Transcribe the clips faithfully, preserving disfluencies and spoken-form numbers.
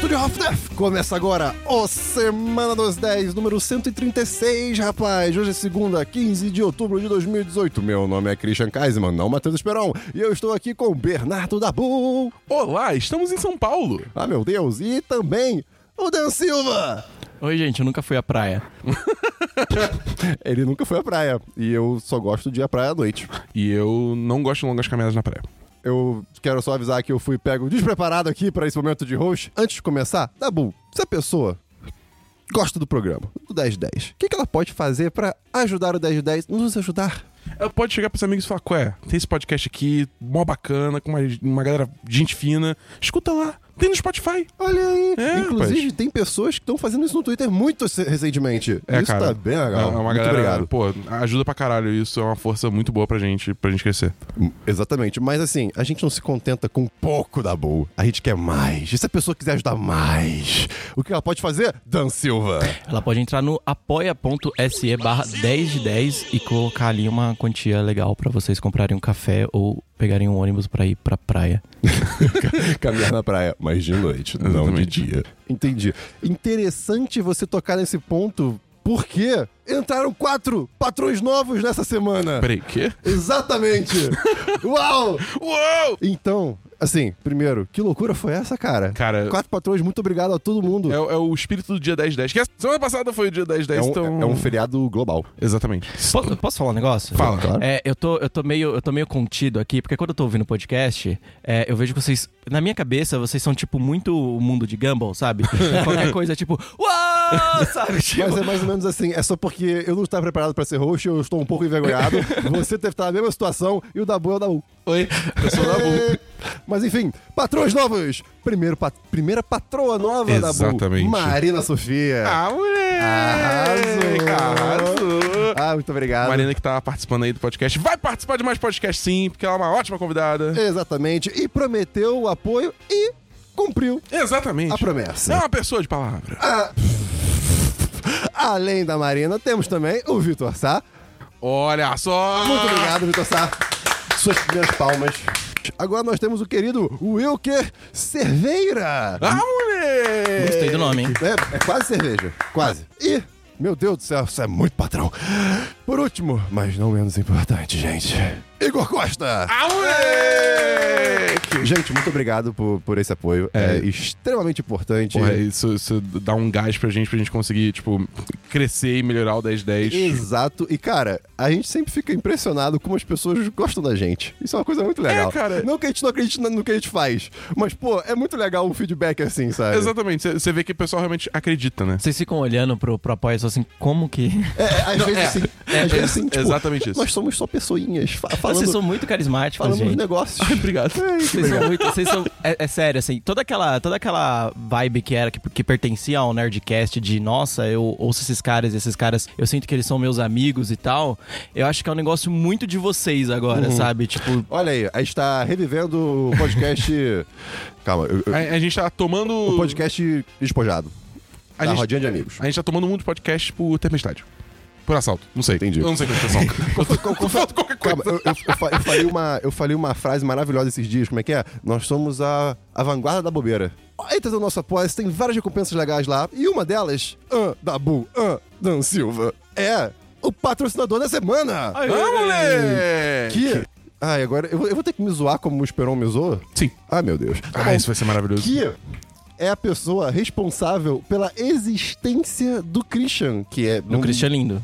Studio of Death. Começa agora o Semana dos dez, número cento e trinta e seis, rapaz. Hoje é segunda, quinze de outubro de dois mil e dezoito. Meu nome é Christian Kaisman, não Matheus Esperon. E eu estou aqui com Bernardo Dabu. Olá, estamos em São Paulo. Ah, meu Deus. E também o Dan Silva. Oi, gente, eu nunca fui à praia. Ele nunca foi à praia. E eu só gosto de ir à praia à noite. E eu não gosto de longas caminhadas na praia. Eu quero só avisar que eu fui pego despreparado aqui para esse momento de host. Antes de começar, Dabu, se a pessoa gosta do programa, do dez dez, o que, que ela pode fazer para ajudar o dez dez, nos ajudar? Ela pode chegar pros amigos e falar, ué, tem esse podcast aqui, mó bacana, com uma, uma galera, gente fina. Escuta lá, tem no Spotify. Olha aí. É, inclusive, rapaz. tem pessoas que estão fazendo isso no Twitter muito recentemente. É, isso cara, tá bem legal. É uma muito galera, obrigado. pô, ajuda pra caralho. Isso é uma força muito boa pra gente, pra gente crescer. Exatamente. Mas assim, a gente não se contenta com pouco da boa. A gente quer mais. E se a pessoa quiser ajudar mais, o que ela pode fazer? Dan Silva. Ela pode entrar no apoia.se barra dez de dez e colocar ali uma quantia legal pra vocês comprarem um café ou pegarem um ônibus pra ir pra praia. Caminhar na praia, mas de noite, não de Exatamente. dia. Entendi. Interessante você tocar nesse ponto, porque entraram quatro patrões novos nessa semana. Peraí, quê? Exatamente. Uau! Uou! Então, assim, primeiro, que loucura foi essa, cara? Cara, Quatro patrões, muito obrigado a todo mundo. é, é o espírito do dia dez dez. Que a semana passada foi o dia dez dez, É um, então... é um feriado global. Exatamente. Posso, posso falar um negócio? Fala. Claro. É, eu tô, eu, tô meio, eu tô meio contido aqui, porque quando eu tô ouvindo o podcast, é, eu vejo que vocês... Na minha cabeça, vocês são, tipo, muito o mundo de Gumball, sabe? Qualquer coisa, tipo... Uau! Sabe? Tipo... Mas é mais ou menos assim, é só porque eu não estava preparado pra ser host, eu estou um pouco envergonhado. Você deve estar na mesma situação e o Dabu é o Dabu. Oi, eu sou o Dabu. Mas enfim, patrões novos! Primeiro, pa- primeira patroa nova, Exatamente. Dabu. Marina Sofia. Ah, moleque! Arrasou. Arrasou! Ah, muito obrigado. Marina que tá participando aí do podcast. Vai participar de mais podcast sim, porque ela é uma ótima convidada. Exatamente. E prometeu o apoio e cumpriu Exatamente. a promessa. É uma pessoa de palavra. Ah, além da Marina, temos também o Vitor Sá. Olha só! Muito obrigado, Vitor Sá. Suas primeiras palmas. Agora nós temos o querido Wilker Cerveira. Ah, moleque! Gostei do nome, hein? É, é quase cerveja. Quase. E, meu Deus do céu, você é muito patrão. Por último, mas não menos importante, gente, Igor Costa. Ah, moleque! Gente, muito obrigado por, por esse apoio. É, É. extremamente importante. Porra, isso, isso dá um gás pra gente, pra gente conseguir, tipo, crescer e melhorar o dez dez. Exato. E, cara, a gente sempre fica impressionado como as pessoas gostam da gente. Isso é uma coisa muito legal. É, cara. Não que a gente não acredite no que a gente faz, mas, pô, é muito legal um feedback assim, sabe? Exatamente, você vê que o pessoal realmente acredita, né? Vocês ficam olhando pro, pro apoio e falam assim, como que... É, é, às vezes é. sim. às vezes sim, tipo, exatamente isso. nós somos só pessoinhas fa- falando, Vocês são muito carismáticos, falando dos gente. negócios. Ai, obrigado. Ai, que Vocês legal. são muito. Vocês são. É, é sério, assim, toda aquela, toda aquela vibe que era, que, que pertencia ao Nerdcast de nossa, eu ouço esses caras e esses caras, eu sinto que eles são meus amigos e tal. Eu acho que é um negócio muito de vocês agora, sabe? Tipo. Olha aí, a gente tá revivendo o podcast. Calma, eu- eu- A, a gente tá tomando... o podcast despojado. a da gente, rodinha de amigos. A gente tá tomando muito podcast por tempestade. Por assalto, não sei. Entendi. Eu não sei qual é a expressão. Eu tô falando qualquer coisa. Calma, eu, eu- eu fa- eu falei uma, eu falei uma frase maravilhosa esses dias. Como é que é? Nós somos a, a vanguarda da bobeira. Entra no nosso apoio, tem várias recompensas legais lá. E uma delas, ah, Dabu, ah, Dan Silva, é o patrocinador da semana. Ah, moleque! Que... Ai, agora eu, vou- eu vou ter que me zoar como o Esperon me zoa? Sim. Ah, meu Deus. Tá Ah, bom. isso vai ser maravilhoso. Que é a pessoa responsável pela existência do Christian, que é... No Christian Lindo.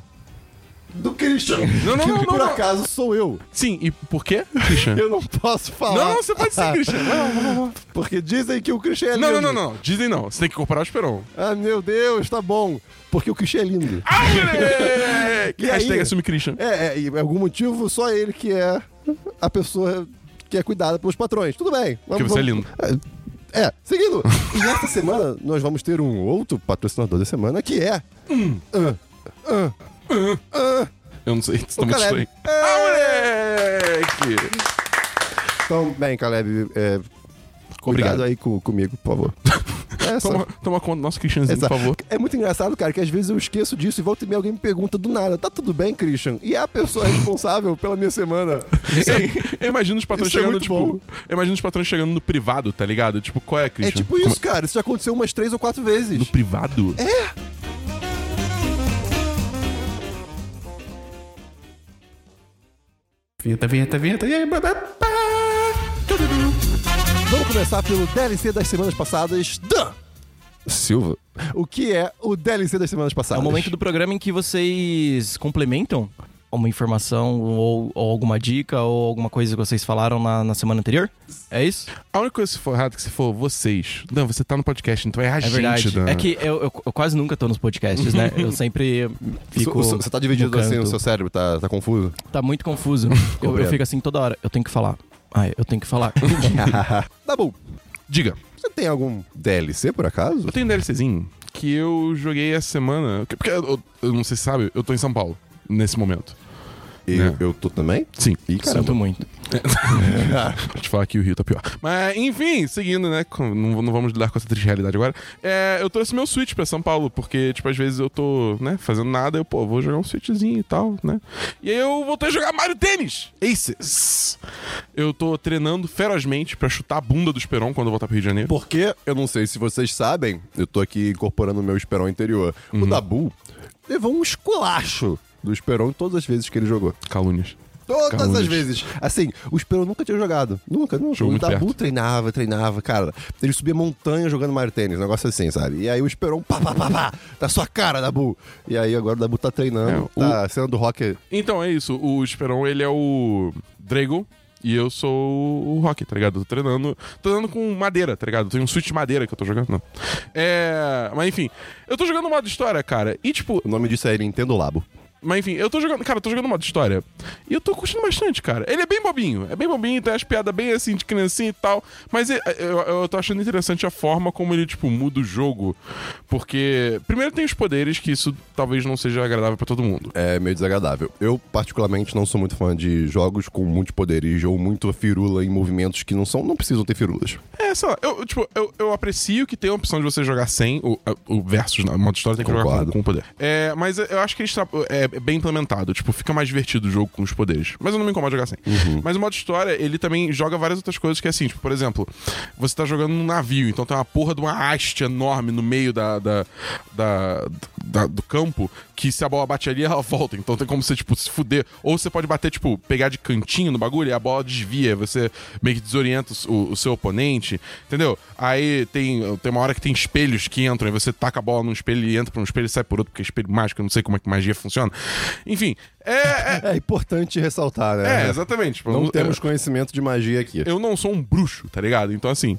Do Christian. Não, não, que não, por não. acaso sou eu. Sim, e por quê, Christian? Eu não posso falar. Não, não, você pode ser Christian. Não, não, não. Porque dizem que o Christian é lindo. Não, não, não, não. Dizem não. Você tem que comparar o Esperon. Ah, meu Deus, tá bom. Porque o Christian é lindo. Ah, moleque! E aí? Hashtag assume Christian. É, é, e por algum motivo, só ele que é a pessoa que é cuidada pelos patrões. Tudo bem. Porque você é lindo. É, seguindo. E nesta semana, nós vamos ter um outro patrocinador da semana, que é... Hum. Ah, ah, ah, Eu não sei, isso tá o muito Caleb. estranho. Ah, moleque! Então, bem, Caleb, é, cuidado Obrigado. aí com, comigo, por favor. É, só- toma, toma conta do nosso Christianzinho, Exato. por favor. É muito engraçado, cara, que às vezes eu esqueço disso e volta e meia alguém me pergunta do nada, tá tudo bem, Christian? E é a pessoa responsável pela minha semana. Eu imagino os patrões Isso é chegando, muito tipo. bom. Eu imagino os patrões chegando no privado, tá ligado? Tipo, qual é, É Christian? tipo isso, cara. Isso já aconteceu umas três ou quatro vezes. No privado? É. Vinheta, vinheta, vinheta. E aí, blá, blá, blá. Vamos começar pelo D L C das semanas passadas. Dan Silva. O que é o D L C das semanas É passadas? o momento do programa em que vocês complementam uma informação ou, ou alguma dica ou alguma coisa que vocês falaram na, na semana anterior? É isso? A única coisa que for errado é que se for vocês. Não, você tá no podcast, então é a É gente, verdade. Dan. É que eu, eu- eu quase nunca tô nos podcasts, né? Eu sempre fico. Você tá dividido no assim, canto. o seu cérebro tá, tá confuso? Tá muito confuso. eu, eu Compreendo. fico assim toda hora. Eu tenho que falar. Ai, eu tenho que falar. Tá bom. Diga, Você tem algum D L C, por acaso? eu tenho um DLCzinho que eu joguei essa semana. Porque eu, eu não sei se sabe, eu tô em São Paulo nesse momento. Eu, Né? eu tô também? Sim. Ih, Sinto caramba. muito. Vou te falar que o Rio tá pior. Mas, enfim, seguindo, né? com- Não, não vamos lidar com essa triste realidade agora. É, eu trouxe meu Switch pra São Paulo, porque, tipo, às vezes eu tô, né, fazendo nada, eu, pô, vou jogar um Switchzinho e tal, né? E aí eu voltei a jogar Mario Tênis! Aces! Eu tô treinando ferozmente pra chutar a bunda do Esperon quando eu voltar pro Rio de Janeiro. Porque, eu não sei se vocês sabem, eu tô aqui incorporando o meu Esperon interior. Uhum. O Dabu levou um esculacho do Esperon todas as vezes que ele jogou. Calúnias. Todas Calúnias. as vezes. Assim, o Esperon nunca tinha jogado. Nunca, nunca. Jogou O muito Dabu perto. treinava, treinava, cara. Ele subia montanha jogando Mario Tênis, um negócio assim, sabe? E aí o Esperon, pá, pá, pá, pá, da sua cara, Dabu. E aí agora o Dabu tá treinando, É, tá sendo do rock. Então, é isso. O Esperon, ele é o Drago. E eu sou o Rock, tá ligado? Eu tô treinando. Tô treinando com madeira, tá ligado? Eu tenho um Switch de madeira que eu tô jogando. Não. É. Mas enfim. Eu tô jogando modo história, cara. E tipo. O nome disso é Nintendo Labo. Mas enfim, eu tô jogando. Cara, eu tô jogando modo história. E eu tô curtindo bastante, cara. Ele é bem bobinho. É bem bobinho, tem as piadas bem assim de criancinha e tal. Mas é- eu, eu tô achando interessante a forma como ele, tipo, muda o jogo. Porque. Primeiro tem os poderes, que isso talvez não seja agradável pra todo mundo. É meio desagradável. Eu, particularmente, não sou muito fã de jogos com muitos poderes ou muito firula em movimentos que não são, não precisam ter firulas. É, sei lá, eu, tipo, eu, eu aprecio que tem a opção de você jogar sem, o, o versus, na modo história tem que jogar Concordo. com, com poder. É, mas eu acho que eles tra- é, é bem implementado, tipo, fica mais divertido o jogo com os poderes. Mas eu não me incomodo jogar sem. Mas o modo história, ele também joga várias outras coisas que é assim, tipo, por exemplo, você tá jogando num navio, então tem uma porra de uma haste enorme no meio da, da, da- da- do campo, que se a bola bate ali, ela volta. Então tem como você, tipo, se fuder. Ou você pode bater, tipo, pegar de cantinho no bagulho e a bola desvia, você meio que desorienta o, o seu oponente, entendeu? Aí tem, tem uma hora que tem espelhos que entram, e você taca a bola num espelho e entra pra um espelho e sai por outro, porque é espelho mágico, eu não sei como é que magia funciona. Enfim, é... é, É importante ressaltar, né? é, exatamente. Tipo, Não eu- temos conhecimento de magia aqui. eu não sou um bruxo, tá ligado? Então, assim.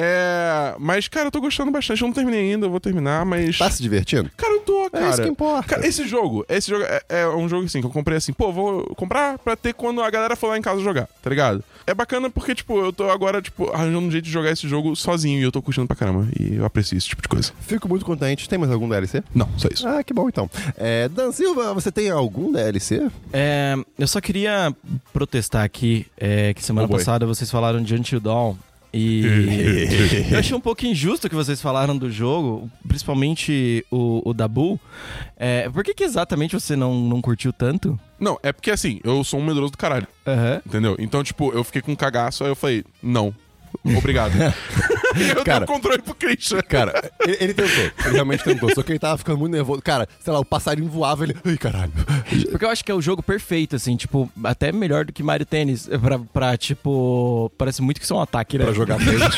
É. Mas, cara, eu tô gostando bastante. Eu não terminei ainda, eu vou terminar, mas. Tá se divertindo? Cara, eu tô, cara. É isso que importa. Cara, esse jogo, esse jogo é, é um jogo assim que eu comprei assim, pô, vou comprar pra ter quando a galera for lá em casa jogar, tá ligado? É bacana porque, tipo, eu tô agora, tipo, arranjando um jeito de jogar esse jogo sozinho e eu tô curtindo pra caramba. E eu aprecio esse tipo de coisa. Fico muito contente. Tem mais algum D L C? Não, só isso. Ah, que bom então. É, Dan Silva, você tem algum D L C? É, eu só queria protestar aqui é, que semana Oh boy. passada vocês falaram de Until Dawn. E eu achei um pouco injusto o que vocês falaram do jogo, principalmente o, o Dabu. É, por que, que exatamente você não, não curtiu tanto? Não, é porque assim, eu sou um medroso do caralho, Aham. entendeu? Então, tipo, eu fiquei com um cagaço, aí eu falei, não. Obrigado. eu Cara, dei o controle pro Christian. Cara, ele, ele tentou. Ele realmente tentou. Só que ele tava ficando muito nervoso. Cara, sei lá, o passarinho voava, ele... Ai, caralho. Porque eu acho que é o jogo perfeito, assim, tipo, até melhor do que Mario Tênis. Pra, pra, tipo, parece muito que isso é um ataque, né? Pra jogar tênis.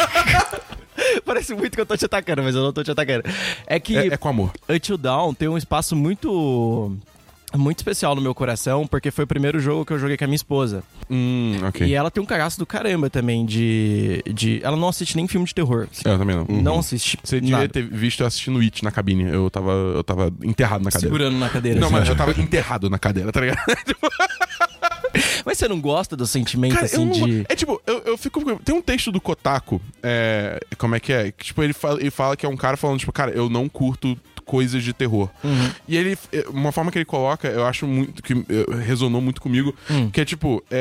Parece muito que eu tô te atacando, mas eu não tô te atacando. É que É, é com amor. Until Dawn tem um espaço muito... muito especial no meu coração, porque foi o primeiro jogo que eu joguei com a minha esposa. Hum, ok. E ela tem um cagaço do caramba também de, de... Ela não assiste nem filme de terror. Eu também não. Não assiste Você devia nada. ter visto eu assistindo It na cabine. Eu tava, eu tava enterrado na cadeira. Segurando na cadeira. Não, assim. mas eu tava enterrado na cadeira, tá ligado? Mas você não gosta do sentimento, Cara, assim, eu não... de... É tipo, eu, eu fico... Tem um texto do Kotaku, é... como é que é? Que, tipo, ele fala, ele fala que é um cara falando, tipo, cara, eu não curto coisas de terror. Uhum. E ele... Uma forma que ele coloca, eu acho muito... que eh, resonou muito comigo, Hum. que é tipo... É,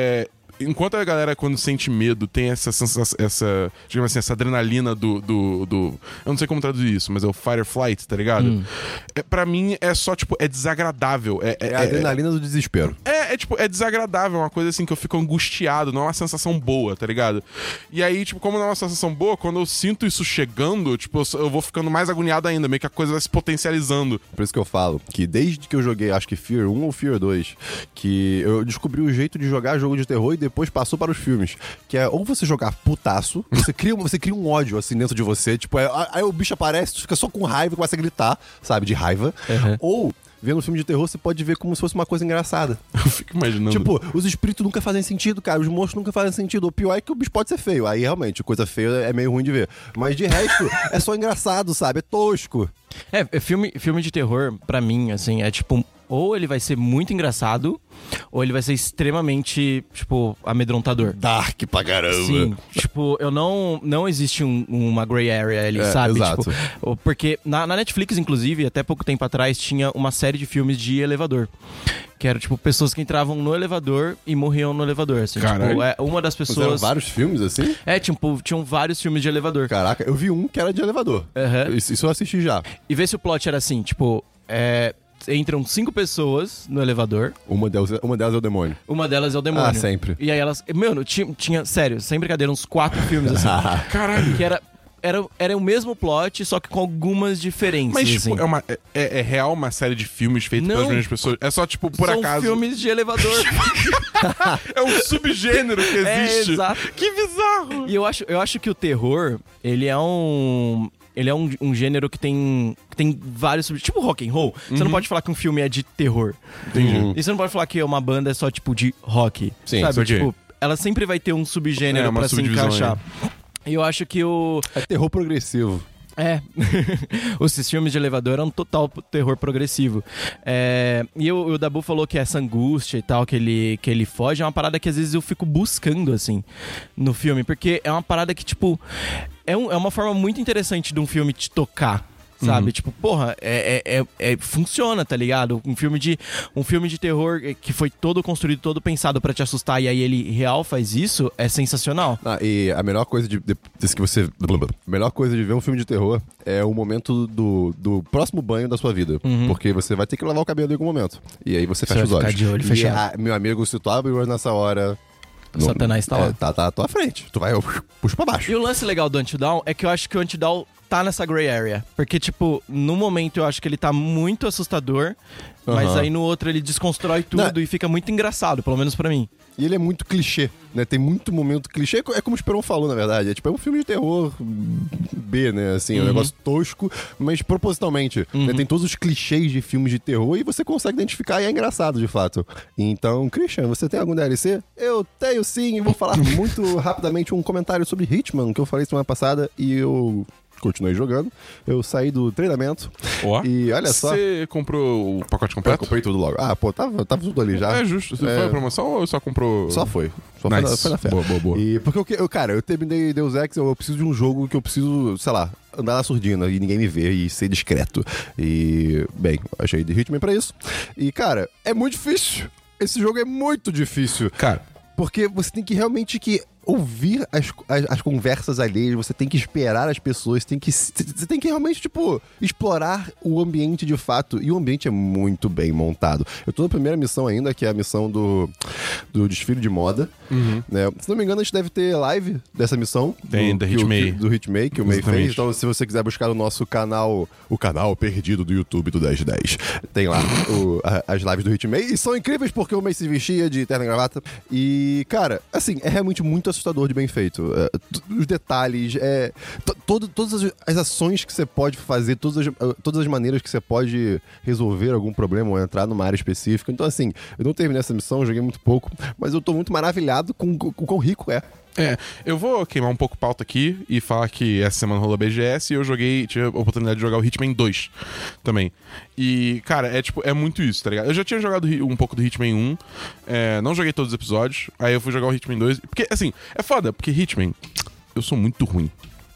enquanto a galera, quando sente medo, tem essa sensação, essa, digamos assim, essa adrenalina do, do, do... Eu não sei como traduzir isso, mas é o fight or flight, tá ligado? Hum. É, pra mim, é só, tipo, é desagradável. É, é, é a adrenalina é, do desespero. É, é, tipo, é desagradável, é uma coisa assim que eu fico angustiado, não é uma sensação boa, tá ligado? E aí, tipo, como não é uma sensação boa, quando eu sinto isso chegando, tipo, eu, eu vou ficando mais agoniado ainda, meio que a coisa vai se potencializando. Por isso que eu falo que desde que eu joguei, acho que Fear um ou Fear dois, que eu descobri o jeito de jogar jogo de terror e depois passou para os filmes, que é ou você jogar putaço, você cria, você cria um ódio assim dentro de você, tipo, é, aí o bicho aparece, tu fica só com raiva e começa a gritar, sabe, de raiva, uhum. Ou vendo um filme de terror, você pode ver como se fosse uma coisa engraçada. Eu fico imaginando. Tipo, os espíritos nunca fazem sentido, cara. Os monstros nunca fazem sentido. O pior é que o bicho pode ser feio. Aí, realmente, coisa feia é meio ruim de ver. Mas, de resto, é só engraçado, sabe? É tosco. É, filme, filme de terror, pra mim, assim, é tipo... Ou ele vai ser muito engraçado, ou ele vai ser extremamente, tipo, amedrontador. Dark pra caramba. Sim, tipo, eu não... Não existe um, uma gray area ali, é, sabe? Exato. Tipo, porque na, na Netflix, inclusive, até pouco tempo atrás, tinha uma série de filmes de elevador. Que era, tipo, pessoas que entravam no elevador e morriam no elevador, assim. Caralho. Tipo, é, uma das pessoas... Mas eram vários filmes, assim? É, tipo, tinham vários filmes de elevador. Caraca, eu vi um que era de elevador. Uhum. Isso, isso eu assisti já. E vê se o plot era assim, tipo... É... Entram cinco pessoas no elevador. Uma delas, uma delas é o demônio. Uma delas é o demônio. Ah, sempre. E aí elas... Mano, tinha, tinha sério, sem brincadeira, uns quatro filmes assim. Caralho. Que era... Era, era o mesmo plot, só que com algumas diferenças. Mas, tipo, assim. é, uma, é, é real uma série de filmes feitos Não. pelas mesmas pessoas? É só, tipo, por São acaso... filmes de elevador. É um subgênero que existe. É, exato. Que bizarro. E eu acho, eu acho que o terror, ele é um... Ele é um, um gênero que tem, que tem vários... Tipo rock and roll. Você Uhum. não pode falar que um filme é de terror. Entendi. Uhum. E você não pode falar que uma banda é só, tipo, de rock. Sim, sabe? isso aqui. Tipo, ela sempre vai ter um subgênero É, uma pra se subdivisão, encaixar. E eu acho que o... É terror progressivo. É, esses filmes de elevador eram um total terror progressivo. É, e o, o Dabu falou que essa angústia e tal, que ele, que ele foge, é uma parada que às vezes eu fico buscando, assim, no filme. Porque é uma parada que, tipo, é, um, é uma forma muito interessante de um filme te tocar. Sabe? Uhum. Tipo, porra, é, é, é, é, funciona, tá ligado? Um filme, de, um filme de terror que foi todo construído, todo pensado pra te assustar, e aí ele real faz isso, é sensacional. Ah, e a melhor coisa de, de, de que você. A melhor coisa de ver um filme de terror é o momento do, do próximo banho da sua vida. Uhum. Porque você vai ter que lavar o cabelo em algum momento. E aí você, você fecha os olhos. De olho e fechado. A, meu amigo, se tu abre o olho nessa hora. O Satanás tá lá. É, tá, tá à tua frente. Tu vai, puxa pra baixo. E o lance legal do Until Dawn é que eu acho que o Until Dawn tá nessa gray area. Porque, tipo, no momento eu acho que ele tá muito assustador, uhum. mas aí no outro ele desconstrói tudo Não. e fica muito engraçado, pelo menos pra mim. E ele é muito clichê, né? Tem muito momento clichê. É como o Esperon falou, na verdade. É tipo, é um filme de terror B, né? Assim, uhum. é um negócio tosco, mas propositalmente. Uhum. Né? Tem todos os clichês de filmes de terror e você consegue identificar e é engraçado, de fato. Então, Christian, você tem algum D L C? Eu tenho sim, e vou falar muito rapidamente um comentário sobre Hitman, que eu falei semana passada e eu... continuei jogando. Eu saí do treinamento. Ó. E olha só. Você comprou o pacote completo? Eu comprei tudo logo. Ah, pô, tava, tava tudo ali já. É justo. Você é... foi a promoção ou só comprou? Só foi. Só nice. foi, na, foi na fé. Boa, boa, boa. E porque eu, eu, cara, eu terminei Deus Ex, eu, eu preciso de um jogo que eu preciso, sei lá, andar na surdina e ninguém me ver e ser discreto. E, bem, achei de Hitman pra isso. E, cara, é muito difícil. Esse jogo é muito difícil. Cara. Porque você tem que realmente que ouvir as, as, as conversas alheias, você tem que esperar as pessoas, tem que, você tem que realmente, tipo, explorar o ambiente de fato. E o ambiente é muito bem montado. Eu tô na primeira missão ainda, que é a missão do, do desfile de moda. Uhum. Né? Se não me engano, a gente deve ter live dessa missão. Tem, do, da Hitmay. Do Hitmay, que o May fez. Então, se você quiser buscar no nosso canal, o canal perdido do YouTube do dez de dez, tem lá o, a, as lives do Hitmay. E são incríveis porque o May se vestia de terno e gravata. E, cara, assim, é realmente muito assustador de bem feito. É, os detalhes, é, todo, todas as, as ações que você pode fazer, todas as, todas as maneiras que você pode resolver algum problema ou entrar numa área específica. Então, assim, eu não terminei essa missão, joguei muito pouco, mas eu tô muito maravilhado com o quão rico é. É, eu vou queimar um pouco pauta aqui e falar que essa semana rolou a B G S e eu joguei, tive a oportunidade de jogar o Hitman dois também. E, cara, é tipo, é muito isso, tá ligado? Eu já tinha jogado um pouco do Hitman um, é, não joguei todos os episódios, aí eu fui jogar o Hitman dois, porque, assim, é foda, porque Hitman, eu sou muito ruim.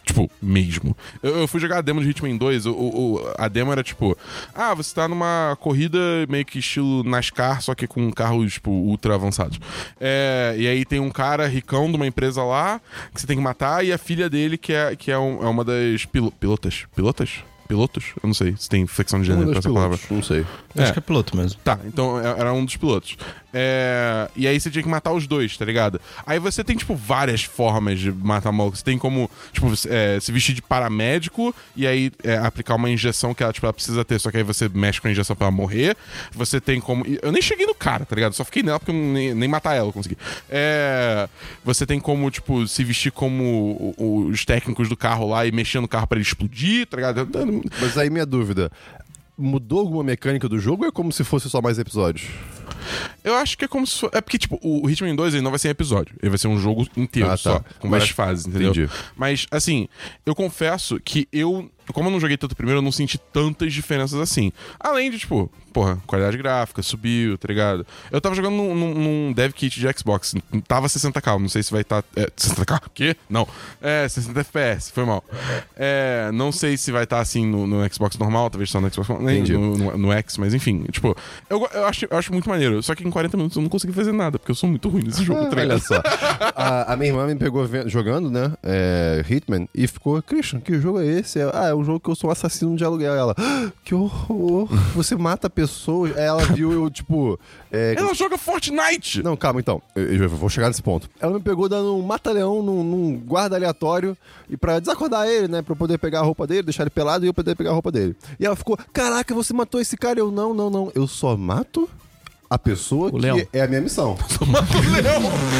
Tipo, mesmo. Eu, eu fui jogar a demo de Hitman dois, o, o, a demo era tipo... Ah, você tá numa corrida meio que estilo NASCAR, só que com carros, tipo, ultra avançados. É, e aí tem um cara ricão de uma empresa lá, que você tem que matar, e a filha dele, que é, que é, um, é uma das pilo, pilotas. Pilotas? Pilotos? Eu não sei se tem flexão de gênero pra essa palavra. Não sei. É. Acho que é piloto mesmo. Tá, então era um dos pilotos. É... E aí você tinha que matar os dois, tá ligado? Aí você tem, tipo, várias formas de matar maluco. Você tem como, tipo, é, se vestir de paramédico e aí é, aplicar uma injeção que ela, tipo, ela precisa ter, só que aí você mexe com a injeção pra ela morrer. Você tem como... Eu nem cheguei no cara, tá ligado? Só fiquei nela porque eu nem, nem matar ela eu consegui. É... Você tem como, tipo, se vestir como os técnicos do carro lá e mexer no carro pra ele explodir, tá ligado? Mas aí minha dúvida... Mudou alguma mecânica do jogo ou é como se fosse só mais episódios? Eu acho que é como se fosse... É porque, tipo, o Hitman dois ele não vai ser episódio. Ele vai ser um jogo inteiro ah, tá. só, com várias Mas... fases, entendeu? Entendi. Mas, assim, eu confesso que eu... Como eu não joguei tanto primeiro, eu não senti tantas diferenças assim. Além de, tipo, porra, qualidade gráfica, subiu, tá ligado? Eu tava jogando num, num, num dev kit de Xbox. Tava sessenta K, não sei se vai estar... Tá, é, sessenta K? O quê? Não. É, sessenta F P S, foi mal. É, não sei se vai estar tá, assim no, no Xbox normal, talvez só no Xbox nem no, no, no X, mas enfim. Tipo, eu, eu, acho, eu acho muito maneiro. Só que em quarenta minutos eu não consegui fazer nada, porque eu sou muito ruim nesse jogo, tá ligado? Olha só. A, a minha irmã me pegou jogando, né, é, Hitman, e ficou, Christian, que jogo é esse? Ah, é um jogo que eu sou um assassino de aluguel. Ela, ah, que horror, você mata pessoas. Ela viu eu, tipo... É... Ela joga Fortnite! Não, calma, então. Eu, eu vou chegar nesse ponto. Ela me pegou dando um mata-leão num, num guarda aleatório e pra desacordar ele, né, pra eu poder pegar a roupa dele, deixar ele pelado e eu poder pegar a roupa dele. E ela ficou, caraca, você matou esse cara? Eu, não, não, não. Eu só mato a pessoa o que leão. É a minha missão. Só mato o leão!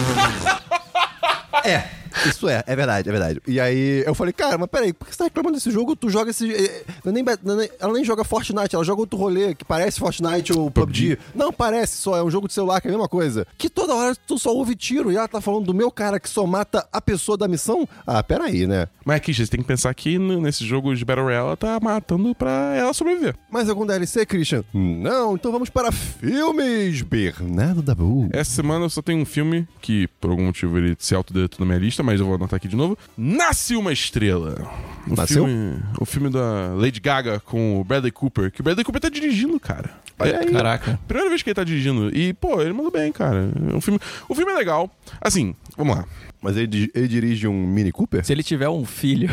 É. Isso é, é verdade, é verdade. E aí eu falei, cara, mas peraí, por que você tá reclamando desse jogo? Tu joga esse... Não, nem, não, ela nem joga Fortnite, ela joga outro rolê que parece Fortnite ou P U B G. Não, parece só, é um jogo de celular que é a mesma coisa. Que toda hora tu só ouve tiro e ela tá falando do meu cara que só mata a pessoa da missão? Ah, peraí, né? Mas aqui, você tem que pensar que nesse jogo de Battle Royale ela tá matando pra ela sobreviver. Mas algum D L C, Christian? Não, então vamos para filmes, Bernardo Dabu. Essa semana eu só tenho um filme que, por algum motivo, ele se autodeletou na minha lista, mas eu vou anotar aqui de novo. Nasce uma Estrela. O Nasceu? Filme, o filme da Lady Gaga com o Bradley Cooper, que o Bradley Cooper tá dirigindo, cara. Olha aí. Caraca. Primeira vez que ele tá dirigindo. E, pô, ele mandou bem, cara. O filme, o filme é legal. Assim, vamos lá. Mas ele, ele dirige um Mini Cooper? Se ele tiver um filho...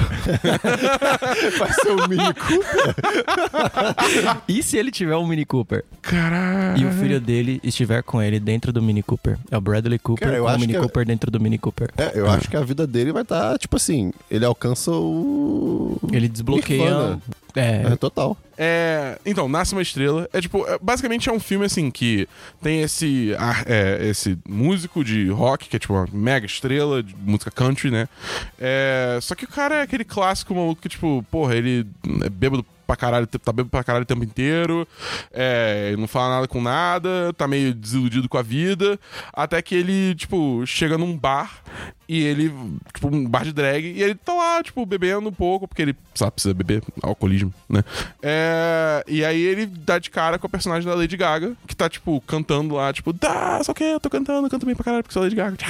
Vai ser um Mini Cooper? E se ele tiver um Mini Cooper? Caralho. E o filho dele estiver com ele dentro do Mini Cooper? É o Bradley Cooper Cara, com o Mini é... Cooper dentro do Mini Cooper. É, eu ah. acho que a vida dele vai estar, tá, tipo assim, ele alcança o... Ele desbloqueia... Nirvana. É, é total. É, então, Nasce uma Estrela é tipo, é, basicamente é um filme assim que tem esse, é, esse músico de rock, que é tipo uma mega estrela de música country, né? É, só que o cara é aquele clássico maluco que, tipo, porra, ele é bêbado pra caralho, tá bêbado pra caralho o tempo inteiro, é, não fala nada com nada, tá meio desiludido com a vida, até que ele, tipo, chega num bar e ele, tipo, um bar de drag, e ele tá lá, tipo, bebendo um pouco, porque ele, sabe, precisa beber, alcoolismo, né? É, e aí ele dá de cara com a personagem da Lady Gaga, que tá, tipo, cantando lá, tipo, tá, só que eu tô cantando, eu canto bem pra caralho, porque sou Lady Gaga.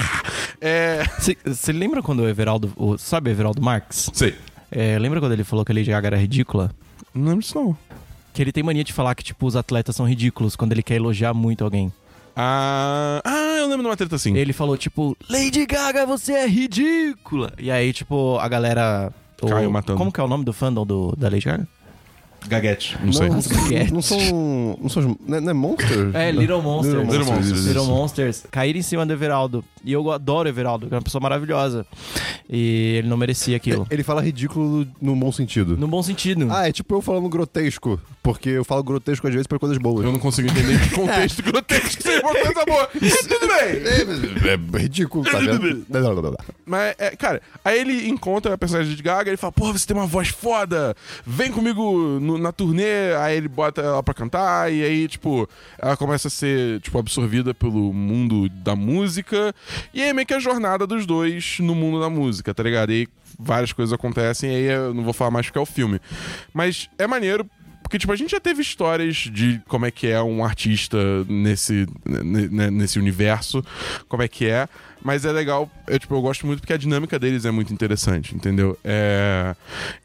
Você é... lembra quando o Everaldo, o, sabe o Everaldo Marques? Sei. É, lembra quando ele falou que a Lady Gaga era ridícula? Não lembro disso, não. Que ele tem mania de falar que, tipo, os atletas são ridículos quando ele quer elogiar muito alguém. Ah, ah eu lembro de uma treta assim. Ele falou, tipo, Lady Gaga, você é ridícula. E aí, tipo, a galera... Caiu o, matando. Como que é o nome do fandom do, da Lady Gaga? Gaguete. Não, não sei. Não, não são... Não são... Não é, não é Monsters? É, Little Monsters. Little Monsters. Little Monsters. Little Monsters. Caíram em cima do Everaldo. E eu adoro o Everaldo, que é uma pessoa maravilhosa. E ele não merecia aquilo. Ele fala ridículo no bom sentido. No bom sentido. Ah, é tipo eu falando grotesco. Porque eu falo grotesco às vezes pra coisas boas. Eu não consigo entender que contexto grotesco seja uma coisa boa. Mas tudo bem. É, é ridículo, tá vendo? Não, não, não, não. Mas, é, cara, aí ele encontra a personagem de Gaga e ele fala, porra, você tem uma voz foda, vem comigo no, na turnê. Aí ele bota ela pra cantar e aí, tipo, ela começa a ser, tipo, absorvida pelo mundo da música. E aí meio que a jornada dos dois no mundo da música, tá ligado? E aí várias coisas acontecem e aí eu não vou falar mais porque é o filme. Mas é maneiro, porque, tipo, a gente já teve histórias de como é que é um artista nesse, né, nesse universo, como é que é, mas é legal, eu, tipo, eu gosto muito porque a dinâmica deles é muito interessante, entendeu? É...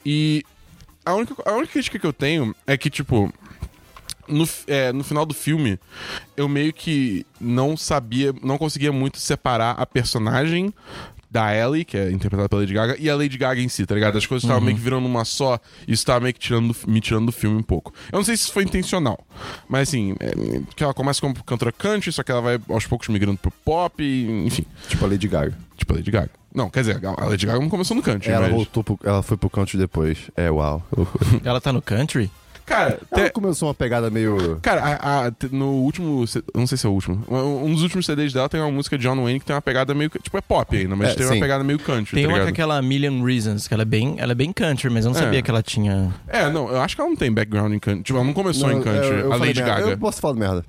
E a única, a única crítica que eu tenho é que, tipo... No, é, no final do filme, eu meio que não sabia, não conseguia muito separar a personagem da Ellie, que é interpretada pela Lady Gaga, e a Lady Gaga em si, tá ligado? As coisas estavam uhum. meio que virando uma só, e isso tava meio que tirando, me tirando do filme um pouco. Eu não sei se isso foi intencional, mas assim, é, que ela começa como cantora country, só que ela vai aos poucos migrando pro pop, e, enfim. Tipo a Lady Gaga. Tipo a Lady Gaga. Não, quer dizer, a Lady Gaga não começou no country, Ela mas... voltou pro, ela foi pro country depois. É, uau. Ela tá no country? Cara, ela te... começou uma pegada meio... Cara, a, a, no último... Não sei se é o último. Um dos últimos C Ds dela tem uma música de John Wayne que tem uma pegada meio... Tipo, é pop ainda, mas é, tem sim. uma pegada meio country, Tem tá uma ligado? com aquela Million Reasons, que ela é bem, ela é bem country, mas eu não É. sabia que ela tinha... É, não, eu acho que ela não tem background em country. Tipo, ela não começou Não, em country, eu, eu a falei Lady merda. Gaga. Eu posso falar merda.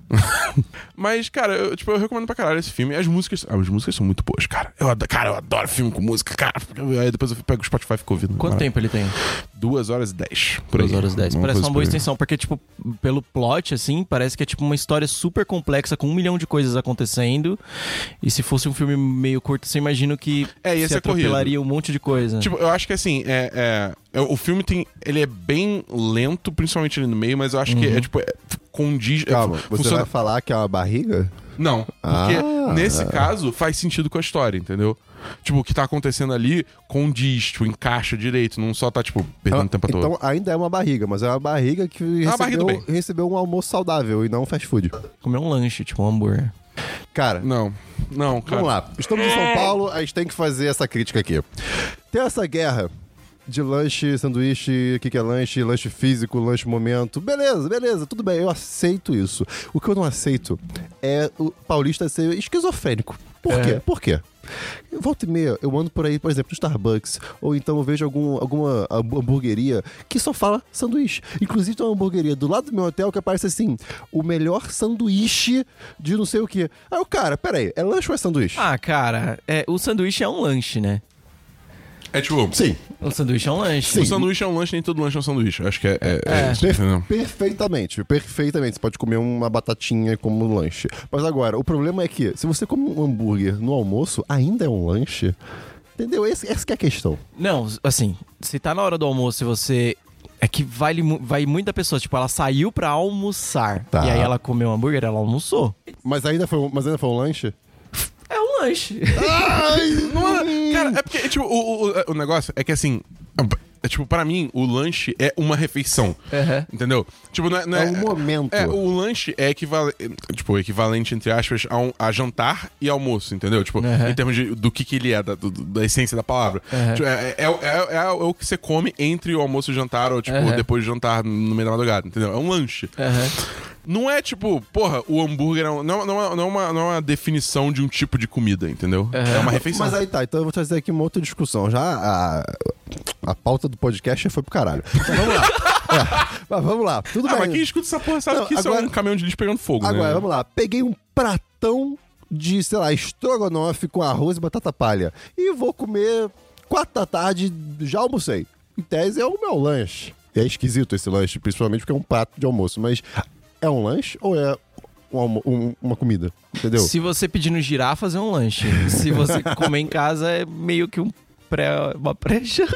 Mas, cara, eu, tipo, eu recomendo pra caralho esse filme. As músicas... Ah, as músicas são muito boas, cara. Eu adoro, cara, eu adoro filme com música, cara. Aí depois eu pego o Spotify e fico ouvindo. Quanto Maravilha. tempo ele tem? Duas horas e dez. Por Duas aí. horas e dez. Alguma Parece coisa uma boa por aí. extensão, porque, tipo, pelo plot, assim, parece que é tipo uma história super complexa, com um milhão de coisas acontecendo. E se fosse um filme meio curto, você imagina que É, ia se ser corrido. atropelaria um monte de coisa. Tipo, eu acho que assim, é, é, é, o filme tem. Ele é bem lento, principalmente ali no meio, mas eu acho que é tipo. É, condiz. Calma, é, você funciona... vai falar que é uma barriga? Não, porque Ah. nesse caso faz sentido com a história, entendeu? Tipo, o que tá acontecendo ali condiz, tipo, encaixa direito, não só tá, tipo, perdendo Ah, tempo à toa. então ainda é uma barriga, mas é uma barriga que uma barriga do recebeu, bem. recebeu um almoço saudável e não fast food. Comer um lanche, tipo um hambúrguer. Cara, Não, não, cara. vamos lá. Estamos em São Paulo, a gente tem que fazer essa crítica aqui. Tem essa guerra de lanche, sanduíche, o que, que é lanche, lanche físico, lanche momento. Beleza, beleza, tudo bem, eu aceito isso. O que eu não aceito é o paulista ser esquizofrênico. Por É. quê? Por quê? Volta e meia, eu ando por aí, por exemplo, no Starbucks, ou então eu vejo algum, alguma hamburgueria que só fala sanduíche. Inclusive tem uma hamburgueria do lado do meu hotel que aparece assim, o melhor sanduíche de não sei o quê. Aí o cara, peraí, é lanche ou é sanduíche? Ah, cara, é, o sanduíche é um lanche, né? É tipo. Sim. O sanduíche é um lanche. O sanduíche é um lanche, nem todo lanche é um sanduíche. Acho que é. é, é É. isso, Per- entendeu? perfeitamente, perfeitamente. Você pode comer uma batatinha como lanche. Mas agora, o problema é que se você come um hambúrguer no almoço, ainda é um lanche? Entendeu? Esse, essa que é a questão. Não, assim, se tá na hora do almoço e você... É que vale, mu- vai muita pessoa, tipo, ela saiu pra almoçar. Tá. E aí ela comeu um hambúrguer, ela almoçou. Mas ainda foi, um- mas ainda foi um lanche? É um lanche. Não é- cara, é porque, tipo, o, o, o negócio é que assim. É, tipo, pra mim, o lanche é uma refeição. Uhum. Entendeu? Tipo, não é, não É um momento. É, o lanche é equivalente, tipo, equivalente, entre aspas, a, um, a jantar e almoço, entendeu? Tipo, Uhum. em termos de, do que, que ele é, da, do- da essência da palavra. Uhum. Tipo, é, é, é, é o que você come entre o almoço e o jantar, ou, tipo, Uhum. depois de jantar no meio da madrugada, entendeu? É um lanche. Aham. Não é tipo, porra, o hambúrguer é um- não, não, é, não, é uma, não é uma definição de um tipo de comida, entendeu? É uma refeição. Mas aí tá, então eu vou trazer aqui uma outra discussão. Já a, a pauta do podcast já foi pro caralho. Mas vamos lá. É, mas vamos lá. Tudo Ah, bem. mas quem escuta essa porra sabe Não, que isso agora- é um caminhão de lixo pegando fogo, Agora, né? vamos lá. Peguei um pratão de, sei lá, estrogonofe com arroz e batata palha. E vou comer quatro da tarde, já almocei. Em tese é o meu lanche. É esquisito esse lanche, principalmente porque é um prato de almoço. Mas é um lanche ou é um almo- um- uma comida? Entendeu? Se você pedir no girafas, é um lanche. Se você comer em casa, é meio que um pré, uma pré-janta.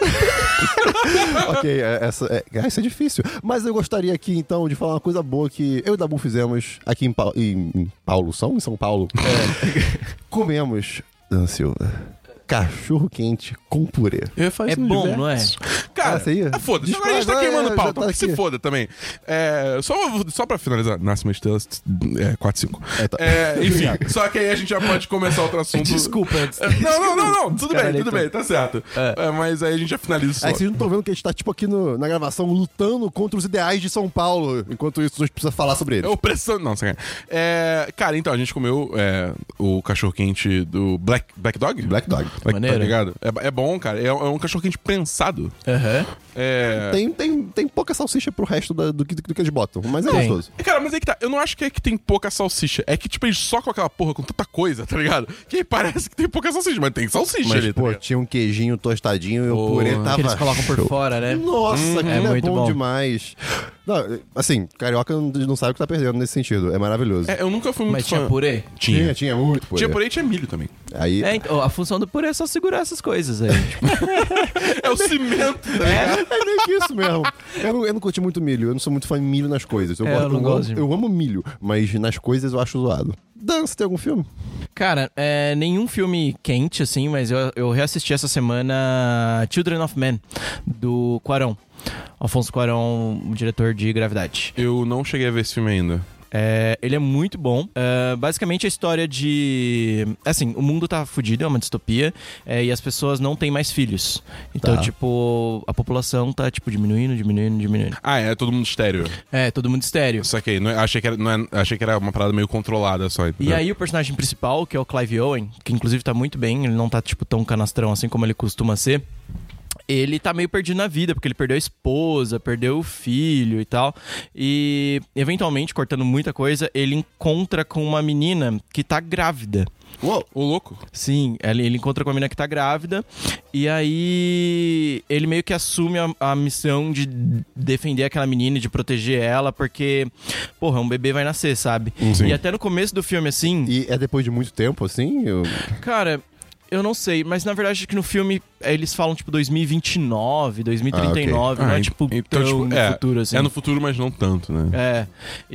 Ok, é- essa, é, essa é difícil. Mas eu gostaria aqui, então, de falar uma coisa boa que eu e o Dabu fizemos aqui em, Pau- em, em Paulo, São? Em São Paulo. É. Comemos, Dan Silva, cachorro quente com purê. Eu ia falar É isso no bom, diversos. não é? Cara, Ah, você ia? ah, foda-se. Desculpa, Agora a gente tá agora queimando já pau. tá Tá se aqui. foda também. É, só, só pra finalizar, nasce uma estrela é, quatro cinco. É, tá. É, enfim, só que aí a gente já pode começar outro assunto. Desculpa. É, Não, não, não, não. Tudo Cara, bem, tudo então- bem, tá certo. É. É, mas aí a gente já finaliza isso. Aí logo. vocês não estão vendo que a gente tá, tipo, aqui no- na gravação lutando contra os ideais de São Paulo. Enquanto isso, a gente precisa falar sobre É eles. opressão. Não, sacanagem. É, cara, então, a gente comeu é, o cachorro-quente do Black, Black Dog? Black Dog. Black, Maneiro. tá ligado? É, é bom, cara. É, é um cachorro-quente prensado. Aham. É... Tem, tem, tem pouca salsicha pro resto da- do, que, do que eles botam, mas é Tem. gostoso. Cara, mas aí que tá. Eu não acho que é que tem pouca salsicha. É que, tipo, eles socam aquela porra com tanta coisa, tá ligado? Que aí parece que tem pouca salsicha, mas tem salsicha Mas, ali, tá pô, ligado? tinha um queijinho tostadinho e o Porra. purê tava Que eles colocam por show. fora, né? Nossa, aquilo É é, muito bom, bom. demais. Não, assim, carioca não, não sabe o que tá perdendo nesse sentido. É maravilhoso. É, eu nunca fui muito Mas fã. tinha purê? Tinha. Tinha, tinha muito purê. Tinha purê e tinha milho também. Aí... É, então, a função do purê é só segurar essas coisas aí. É o cimento, tá ligado? É meio que isso mesmo. Eu não, eu não curti muito milho. Eu não sou muito fã de milho nas coisas. Eu, É, gosto, eu não eu, gosto amo, de- eu amo milho, mas nas coisas eu acho zoado. Dan, você tem algum filme? Cara, é, nenhum filme quente, assim, mas eu, eu reassisti essa semana Children of Men, do Cuarón. Alfonso Cuarón, o diretor de Gravidade. Eu não cheguei a ver esse filme ainda. É, ele é muito bom. É, basicamente a história de... Assim, o mundo tá fudido, é uma distopia, é, e as pessoas não têm mais filhos. Então, Tá. tipo, a população tá, tipo, diminuindo, diminuindo, diminuindo. Ah, é todo mundo estéreo. É, todo mundo estéreo. Saquei. Não, é- achei, que era, não é- achei que era uma parada meio controlada só. E entendeu? aí o personagem principal, que é o Clive Owen, que inclusive tá muito bem, ele não tá, tipo, tão canastrão assim como ele costuma ser, ele tá meio perdido na vida, porque ele perdeu a esposa, perdeu o filho e tal. E, eventualmente, cortando muita coisa, ele encontra com uma menina que tá grávida. Uou, ô louco. Sim, ele, ele encontra com uma menina que tá grávida. E aí ele meio que assume a, a missão de defender aquela menina e de proteger ela, porque, porra, um bebê vai nascer, sabe? Sim. E até no começo do filme, assim, E é depois de muito tempo, assim? Eu... cara, eu não sei, mas na verdade acho que no filme eh, eles falam tipo dois mil e vinte e nove, dois mil e trinta e nove, Ah, não é ent- tipo então, tão tipo, no é, futuro assim. É no futuro, mas não tanto, né? É.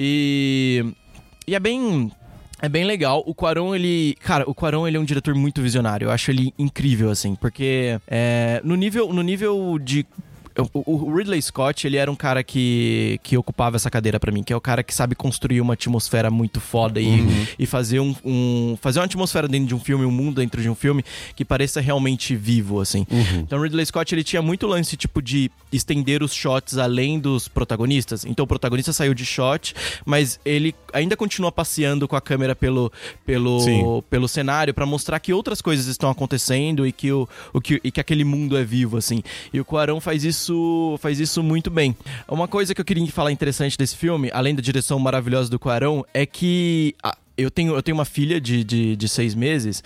E e é bem é bem legal. O Cuarón, ele... Cara, o Cuarón, ele é um diretor muito visionário. Eu acho ele incrível, assim. Porque é, no, nível, no nível de... O o Ridley Scott, ele era um cara que, que ocupava essa cadeira pra mim, que é o cara que sabe construir uma atmosfera muito foda e, Uhum. e fazer, um, um, fazer uma atmosfera dentro de um filme, um mundo dentro de um filme que pareça realmente vivo, assim. Uhum. Então o Ridley Scott, ele tinha muito lance, tipo, de estender os shots além dos protagonistas. Então o protagonista saiu de shot, mas ele ainda continua passeando com a câmera pelo, pelo, Sim. pelo cenário pra mostrar que outras coisas estão acontecendo e que, o, o que, e que aquele mundo é vivo, assim. E o Cuarón faz isso faz isso muito bem. Uma coisa que eu queria falar interessante desse filme, além da direção maravilhosa do Cuarón, é que ah, eu, tenho, eu tenho uma filha de, de, de seis meses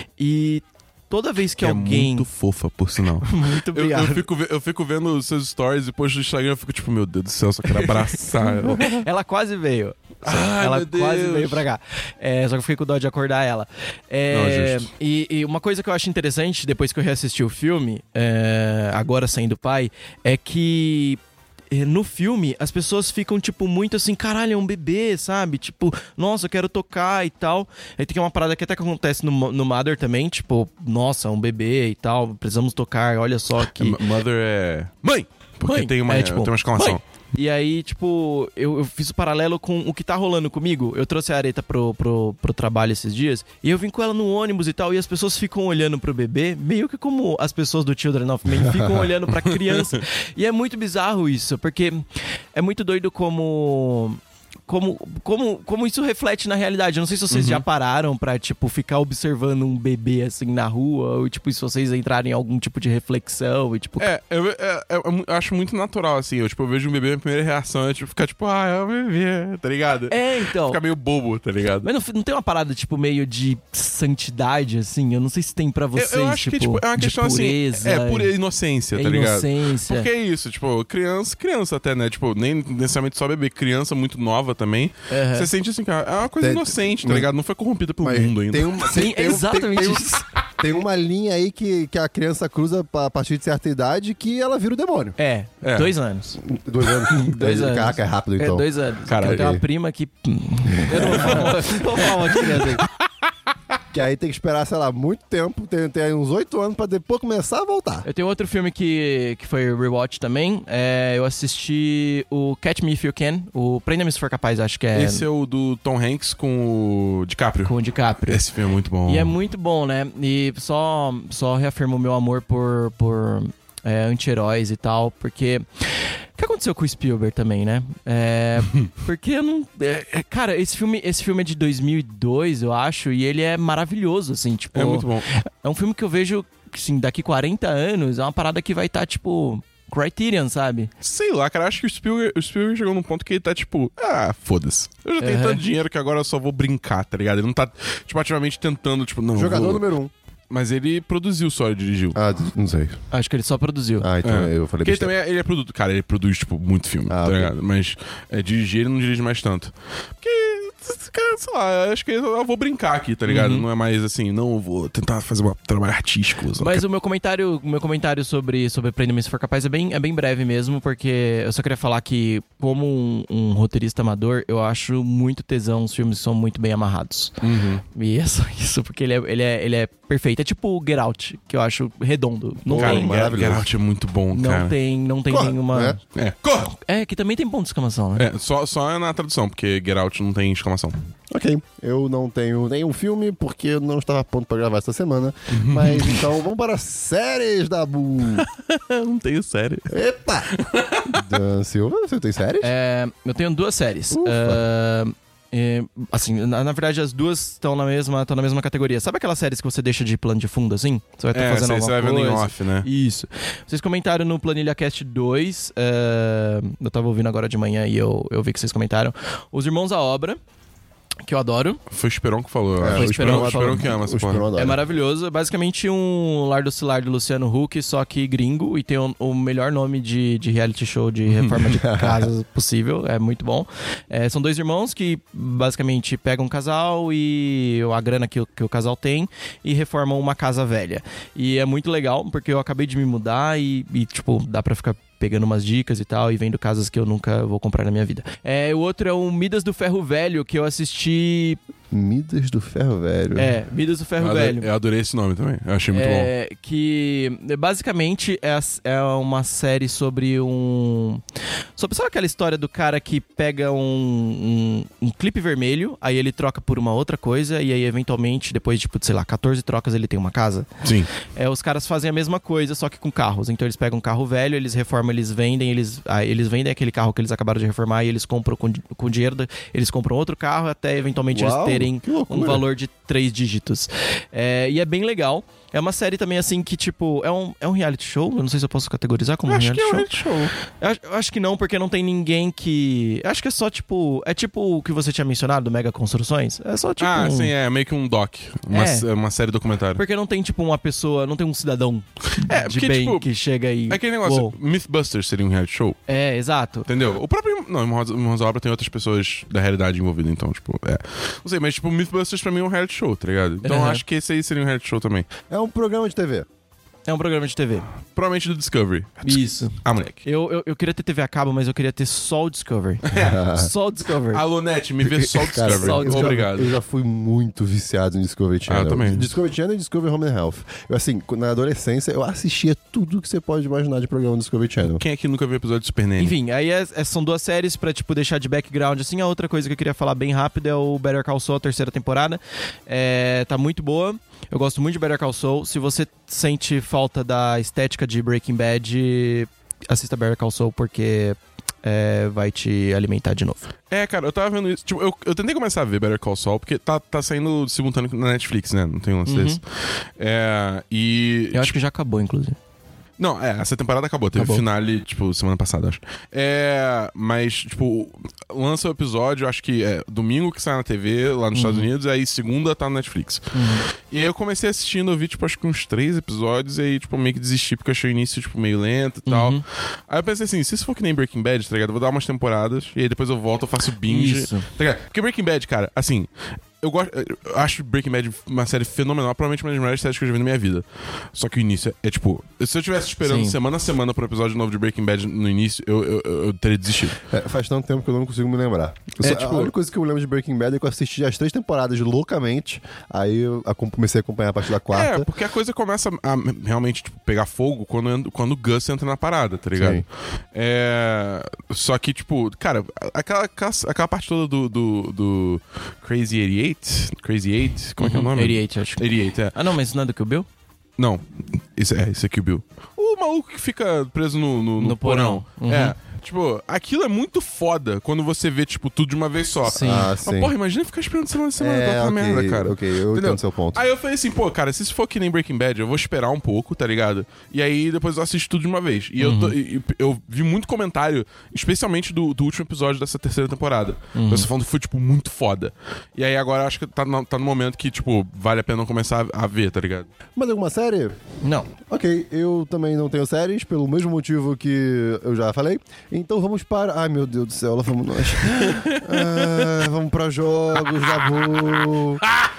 e toda vez que Que alguém... é muito fofa, por sinal. Muito Eu, obrigado. eu, fico, ve- eu fico vendo os seus stories e depois do Instagram eu fico tipo, meu Deus do céu, eu só quero abraçar ela. Ela quase veio. Ai, ela meu Deus. quase veio pra cá. É, só que eu fiquei com dó de acordar ela. É, Não, justo. e, e uma coisa que eu acho interessante, depois que eu reassisti o filme, é, agora sendo pai, é que eh, no filme as pessoas ficam, tipo, muito assim, caralho, é um bebê, sabe? Tipo, nossa, eu quero tocar e tal. Aí tem uma parada que até que acontece no, no Mother também, tipo, nossa, um bebê e tal, precisamos tocar, olha só que... M- Mother é... Mãe! Porque Mãe. tem, uma, É, tipo, tem uma exclamação. mãe. E aí, tipo, eu, eu fiz o paralelo com o que tá rolando comigo. Eu trouxe a Areta pro, pro, pro trabalho esses dias e eu vim com ela no ônibus e tal. E as pessoas ficam olhando pro bebê, meio que como as pessoas do Children of Men ficam olhando pra criança. E é muito bizarro isso, porque é muito doido como... Como, como, como isso reflete na realidade. Eu não sei se vocês Uhum. já pararam pra, tipo, ficar observando um bebê, assim, na rua. Ou, tipo, se vocês entrarem em algum tipo de reflexão e, tipo... É, eu, é- é- eu acho muito natural, assim. Eu, tipo, eu vejo um bebê, a primeira reação é, tipo, ficar, tipo, ah, é um bebê, tá ligado? É, então... Ficar meio bobo, tá ligado? Mas não, não tem uma parada, tipo, meio de santidade, assim? Eu não sei se tem pra vocês, eu, eu acho tipo, que, tipo, é uma de questão, pureza, assim... É pura inocência, é tá ligado? inocência. Porque é isso, tipo, criança, criança até, né? Tipo, nem necessariamente só bebê, criança muito nova também. Aham. Você sente assim, cara, é uma coisa Tem- inocente, tá mas- ligado? Não foi corrompida pelo Mas mundo ainda. Tem uma, Sim, tem, tem um- exatamente tem, tem, isso. tem uma linha aí que, que a criança cruza pa- a partir de certa idade que ela vira o demônio. É, É. dois anos. Dois anos. Dois anos. Caraca, é rápido então. É, dois anos. Caralho. Eu tenho uma prima que... Eu não vou falar, não vou falar uma criança aí. Que aí tem que esperar, sei lá, muito tempo, tem, tem aí uns oito anos pra depois começar a voltar. Eu tenho outro filme que, que foi rewatch também. É, eu assisti o Catch Me If You Can, o Prenda-me Se For Capaz, acho que é, Esse é o do Tom Hanks com o DiCaprio. com o DiCaprio. Esse filme é muito bom. E é muito bom, né? E só, só reafirmo o meu amor por, por é, anti-heróis e tal, porque... O que aconteceu com o Spielberg também, né? É, porque eu não... é, é, cara, esse filme, esse filme é de dois mil e dois, eu acho, e ele é maravilhoso, assim, tipo... É muito bom. É um filme que eu vejo, assim, daqui quarenta anos, é uma parada que vai estar, tipo... Criterion, sabe? Sei lá, cara, acho que o Spielberg, o Spielberg chegou num ponto que ele tá tipo, ah, foda-se. Eu já tenho Uhum. tanto dinheiro que agora eu só vou brincar, tá ligado? Ele não tá, tipo, ativamente tentando, tipo, não. Jogador vou... número um. Mas ele produziu só, ele dirigiu. Ah, não sei. Acho que ele só produziu. Ah, então É. eu falei Porque ele besteira. também é, ele é produto. Cara, ele produz, tipo, muito filme, Ah, tá ok. ligado? Mas é, dirigir, ele não dirige mais tanto. Porque, cara, sei lá, acho que eu vou brincar aqui, tá ligado? Uhum. Não é mais assim, não, eu vou tentar fazer um trabalho artístico. só Mas quero- o meu comentário, o meu comentário sobre, sobre Prenda-me Se For Capaz é bem, é bem breve mesmo, porque eu só queria falar que, como um, um roteirista amador, eu acho muito tesão os filmes que são muito bem amarrados. Uhum. E é só isso, porque ele é, ele é, ele é perfeito. É tipo o Get Out, que eu acho redondo. Não Cara, tem... maravilhoso. Get Out é muito bom, Não cara. tem, não tem Corra, nenhuma... né? É, corra! É, que também tem ponto de exclamação, né? É, só, só é na tradução, porque Get Out não tem exclamação. Ok, eu não tenho nenhum filme porque eu não estava pronto pra gravar essa semana. Mas então vamos para séries da Bu. não tenho série. Epa! Dan Silva, você tem séries? É, eu tenho duas séries. Ufa. É, é, assim, na, na verdade, as duas estão na mesma, estão na mesma categoria. Sabe aquelas séries que você deixa de plano de fundo, assim? Você vai estar É, fazendo você, alguma você vai vendo coisa. em off, né? Isso. Vocês comentaram no Planilha Cast dois, é, eu tava ouvindo agora de manhã e eu, eu vi que vocês comentaram. Os Irmãos à Obra, que eu adoro. Foi o Esperon que falou. eu É, acho. foi o o Esperon, Esperon o que Esperon falou. que ama essa O porra. Esperon adora. É maravilhoso. É basicamente um Lar do Cilar do Luciano Huck, só que gringo, e tem o, o melhor nome de, de reality show de reforma de casa possível. É muito bom. É, são dois irmãos que basicamente pegam um casal e a grana que o, que o casal tem e reformam uma casa velha. E é muito legal, porque eu acabei de me mudar e, e tipo, dá pra ficar pegando umas dicas e tal, e vendo casas que eu nunca vou comprar na minha vida. É, o outro é o Midas do Ferro Velho, que eu assisti... Midas do Ferro Velho. É, Midas do Ferro eu, Velho. adorei, eu adorei esse nome também. Eu achei muito bom. É, que basicamente é, é uma série sobre um. Sobre, sabe aquela história do cara que pega um, um, um clipe vermelho, aí ele troca por uma outra coisa, e aí eventualmente, depois de, tipo, sei lá, catorze trocas, ele tem uma casa? Sim. É, os caras fazem a mesma coisa, só que com carros. Então eles pegam um carro velho, eles reformam, eles vendem, eles, ah, eles vendem aquele carro que eles acabaram de reformar e eles compram com, com dinheiro, da- eles compram outro carro até eventualmente Uau, eles terem que loucura. um valor de três dígitos. É, e é bem legal. É uma série também, assim, que, tipo, é um, é um reality show. Eu não sei se eu posso categorizar como Eu um acho reality que é um show. reality show. Eu, acho- eu acho que não, porque não tem ninguém que... Eu acho que é só, tipo... É tipo o que você tinha mencionado, do Mega Construções. É só, tipo... Ah, um- sim, é meio que um doc. Uma, É. uma série documentária. Porque não tem, tipo, uma pessoa... Não tem um cidadão É, de porque, bem tipo, que chega e... É aquele negócio, Uou. Mythbusters seria um reality show, É, exato. entendeu? O próprio... Não, Irmãos à Obra tem outras pessoas da realidade envolvidas, então, tipo, é... Não sei, mas, tipo, Mythbusters pra mim é um reality show, tá ligado? Então eu Uhum. acho que esse aí seria um reality show também. É um programa de T V. É um programa de T V. Provavelmente do Discovery. Isso. Ah, moleque. Eu, eu, eu queria ter T V a cabo, mas eu queria ter só o Discovery. Só o Discovery. Alô, Net, me vê só o Cara, Discovery. só o eu já- Obrigado. Eu já fui muito viciado em Discovery Channel. Ah, eu também. Discovery Channel e Discovery Home and Health. Eu, assim, na adolescência, eu assistia tudo que você pode imaginar de programa do Discovery Channel. Quem aqui nunca viu episódio de Super Nanny? Enfim, aí é- é- são duas séries pra, tipo, deixar de background, assim. A outra coisa que eu queria falar bem rápido é o Better Call Saul, a terceira temporada. É, tá muito boa. Eu gosto muito de Better Call Saul. Se você sente falta da estética de Breaking Bad, assista Better Call Saul, porque é, vai te alimentar de novo. É, cara, eu tava vendo isso. Tipo, eu, eu tentei começar a ver Better Call Saul, porque tá, tá saindo simultâneo na Netflix, né? Não tem um lance Uhum. desse. É, e... Eu acho que já acabou, inclusive. Não, é, essa temporada acabou. Teve Acabou. finale, tipo, semana passada, acho. É, mas, tipo, lança o episódio, acho que é domingo que sai na T V lá nos Estados Unidos, aí segunda tá no Netflix. E aí eu comecei assistindo, eu vi, tipo, acho que uns três episódios, e aí, tipo, meio que desisti, porque eu achei o início, tipo, meio lento e tal. Uhum. Aí eu pensei assim, se isso for que nem Breaking Bad, tá ligado? Eu vou dar umas temporadas, e aí depois eu volto, eu faço binge. Isso. Tá ligado? Porque Breaking Bad, cara, assim... Eu, gosto, eu acho Breaking Bad uma série fenomenal, provavelmente uma das melhores séries que eu já vi na minha vida. Só que o início é, é tipo... Se eu estivesse esperando Sim. semana a semana pro episódio novo de Breaking Bad no início, eu, eu, eu, eu teria desistido. É, faz tanto tempo que eu não consigo me lembrar. Eu É, só- tipo- A única coisa que eu lembro de Breaking Bad é que eu assisti as três temporadas loucamente, aí eu a- comecei a acompanhar a partir da quarta. É, porque a coisa começa a realmente tipo, pegar fogo quando, quando o Gus entra na parada, tá ligado? Sim. É... Só que, tipo, cara, aquela, aquela, aquela parte toda do, do, do Crazy oitenta e oito... Crazy eight? Como é que é o nome? oitenta e oito, acho. oitenta e oito, é. Ah, não, mas isso não é do Kill Bill? Não, isso é, isso é Kill Bill. O maluco que fica preso no, no, no No porão. porão. Uhum. É. Tipo, aquilo é muito foda quando você vê, tipo, tudo de uma vez só. Sim. Ah, Mas, sim. porra, imagina ficar esperando semana a semana pra É, outra ok, merda, cara. ok, eu Entendeu? entendo seu ponto. Aí eu falei assim, pô, cara, se isso for que nem Breaking Bad, eu vou esperar um pouco, tá ligado? E aí depois eu assisto tudo de uma vez. E eu, tô- e- e eu vi muito comentário, especialmente do, do último episódio dessa terceira temporada. Você falando que foi, tipo, muito foda. E aí agora eu acho que tá no, tá no momento que, tipo, vale a pena começar a, a ver, tá ligado? Mas alguma série? Não. Ok, eu também não tenho séries, pelo mesmo motivo que eu já falei. Então vamos para... Ai, meu Deus do céu, lá vamos nós. Ah, vamos para jogos da Bu.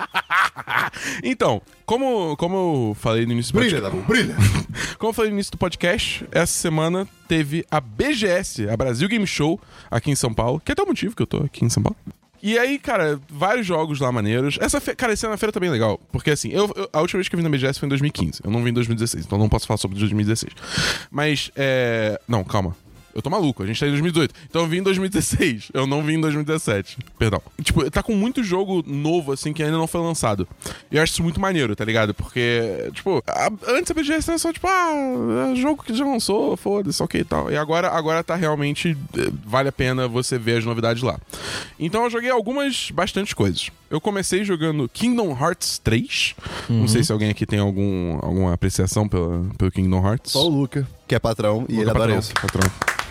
Então, como, como eu falei no início do Brilha, podcast... Dabu, brilha. Como eu falei no início do podcast, essa semana teve a B G S, a Brasil Game Show, aqui em São Paulo, que é até o motivo que eu tô aqui em São Paulo. E aí, cara, vários jogos lá maneiros. Essa fe... Cara, esse ano a feira tá bem legal. Porque assim, eu, eu- a última vez que eu vim na B G S foi em dois mil e quinze. Eu não vim em dois mil e dezesseis, então não posso falar sobre dois mil e dezesseis. Mas, é... Não, calma. Eu tô maluco, a gente tá em dois mil e dezoito. Então eu vim em dois mil e dezesseis. Eu não vim em dois mil e dezessete. Perdão. E, tipo, tá com muito jogo novo, assim, que ainda não foi lançado. E eu acho isso muito maneiro, tá ligado? Porque, tipo, a- antes a B G S era só, tipo, ah, é jogo que já lançou, foda-se, ok e tal. E agora, agora tá realmente. eh, Vale a pena você ver as novidades lá. Então eu joguei algumas, bastante coisas. Eu comecei jogando Kingdom Hearts três. Não sei se alguém aqui tem algum, alguma apreciação pela, pelo Kingdom Hearts. Só o Luca, que é patrão, e Luca ele adora patrão, isso. patrão.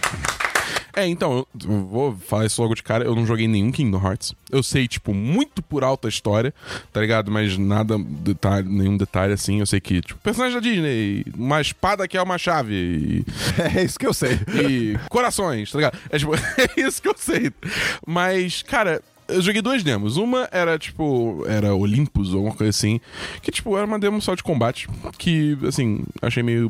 É, então, eu eu vou falar isso logo de cara. Eu não joguei nenhum Kingdom Hearts. Eu sei, tipo, muito por alta a história, tá ligado? Mas nada, detalhe, nenhum detalhe assim. Eu sei que, tipo, personagem da Disney, uma espada que é uma chave e, É isso que eu sei. e corações, tá ligado? É, tipo, é isso que eu sei. Mas, cara, eu joguei duas demos. Uma era, tipo, era Olympus ou alguma coisa assim. Que, tipo, era uma demo só de combate. Que, assim, achei meio...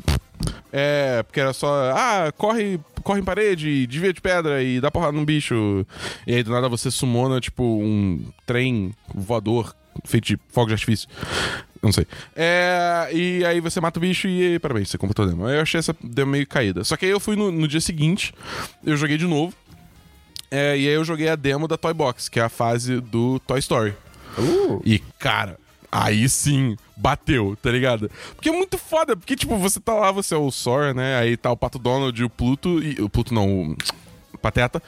É, porque era só... Ah, corre, corre em parede, desvia de pedra e dá porrada num bicho. E aí, do nada, você sumona, tipo, um trem voador feito de fogo de artifício. Não sei. É, e aí você mata o bicho e parabéns, você completou a demo. Eu achei essa demo meio caída. Só que aí eu fui no, no dia seguinte, eu joguei de novo. É, e aí eu joguei a demo da Toy Box, que é a fase do Toy Story. Uh. E, cara, aí sim, bateu, tá ligado? Porque é muito foda, porque, tipo, você tá lá, você é o Sora, né? Aí tá o Pato Donald e o Pluto, e o Pluto não, o Pateta.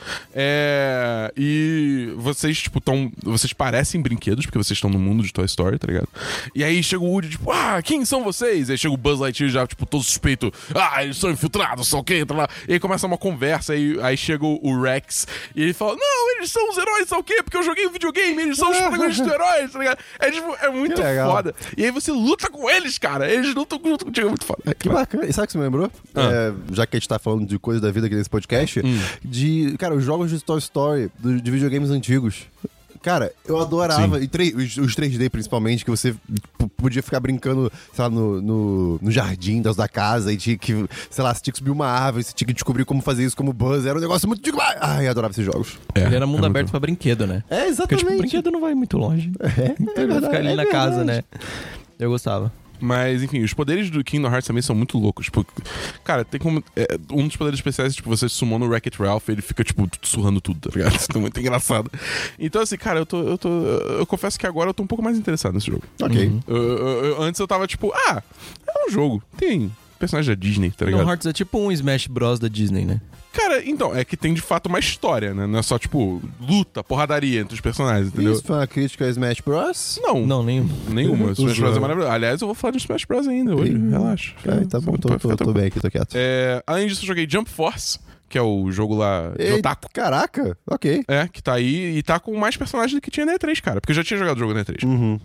É, e vocês, tipo, tão... Vocês parecem brinquedos, porque vocês estão no mundo de Toy Story, tá ligado? E aí chega o Woody, tipo, ah, quem são vocês? E aí chega o Buzz Lightyear já, tipo, todo suspeito. Ah, eles são infiltrados, só o quê? Tá lá. E aí começa uma conversa, e aí chega o o Rex, e ele fala, não, eles são os heróis, só o quê? Porque eu joguei um videogame, eles são os protagonistas dos heróis, tá ligado? É, tipo, é muito Que legal. foda. E aí você luta com eles, cara. Eles lutam junto contigo, é muito foda. Que bacana. E sabe o que você me lembrou? Ah. É, já que a gente tá falando de coisas da vida aqui nesse podcast, de, cara, os jogos de Toy Story, do- de videogames antigos. Cara, eu adorava. E tre- os, os três D, principalmente, que você p- podia ficar brincando, sei lá, no, no, no jardim das- da casa e tinha que, sei lá, você tinha que subir uma árvore, você tinha que descobrir como fazer isso como Buzz. Era um negócio muito demais. Ai, eu adorava esses jogos. É, Ele era mundo é aberto muito- pra brinquedo, né? É, Porque, exatamente. tipo, brinquedo não vai muito longe. É, Então é ele vai verdade, ficar ali é na casa, verdade. né? Eu gostava. Mas, enfim, os poderes do Kingdom Hearts também são muito loucos. Tipo, cara, tem como. É, um dos poderes especiais é, tipo, você sumona o Wreck-It Ralph e ele fica, tipo, surrando tudo, tá ligado? Isso é muito engraçado. Então, assim, cara, eu tô. Eu, tô, eu confesso que agora eu tô um pouco mais interessado nesse jogo. Ok. Eu- eu- eu- antes eu tava, tipo, ah, é um jogo. Tem personagem da Disney, tá ligado? Kingdom Hearts é tipo um Smash Bros da Disney, né? Cara, então, é que tem de fato uma história, né? Não é só, tipo, luta, porradaria entre os personagens, entendeu? Isso foi uma crítica a Smash Bros? Não, Não, nenhum. nenhuma. Smash Bros é zoando. maravilhoso. Aliás, eu vou falar de Smash Bros ainda hoje. Ih. Relaxa. Ai, tá bom, tô, Fica tô, tô tranquilo. bem aqui, tô quieto. É, além disso, eu joguei Jump Force, que é o jogo lá de Ei, otaku. Caraca, ok. É, que tá aí e tá com mais personagens do que tinha na E três, cara. Porque eu já tinha jogado o jogo na E três. Uhum.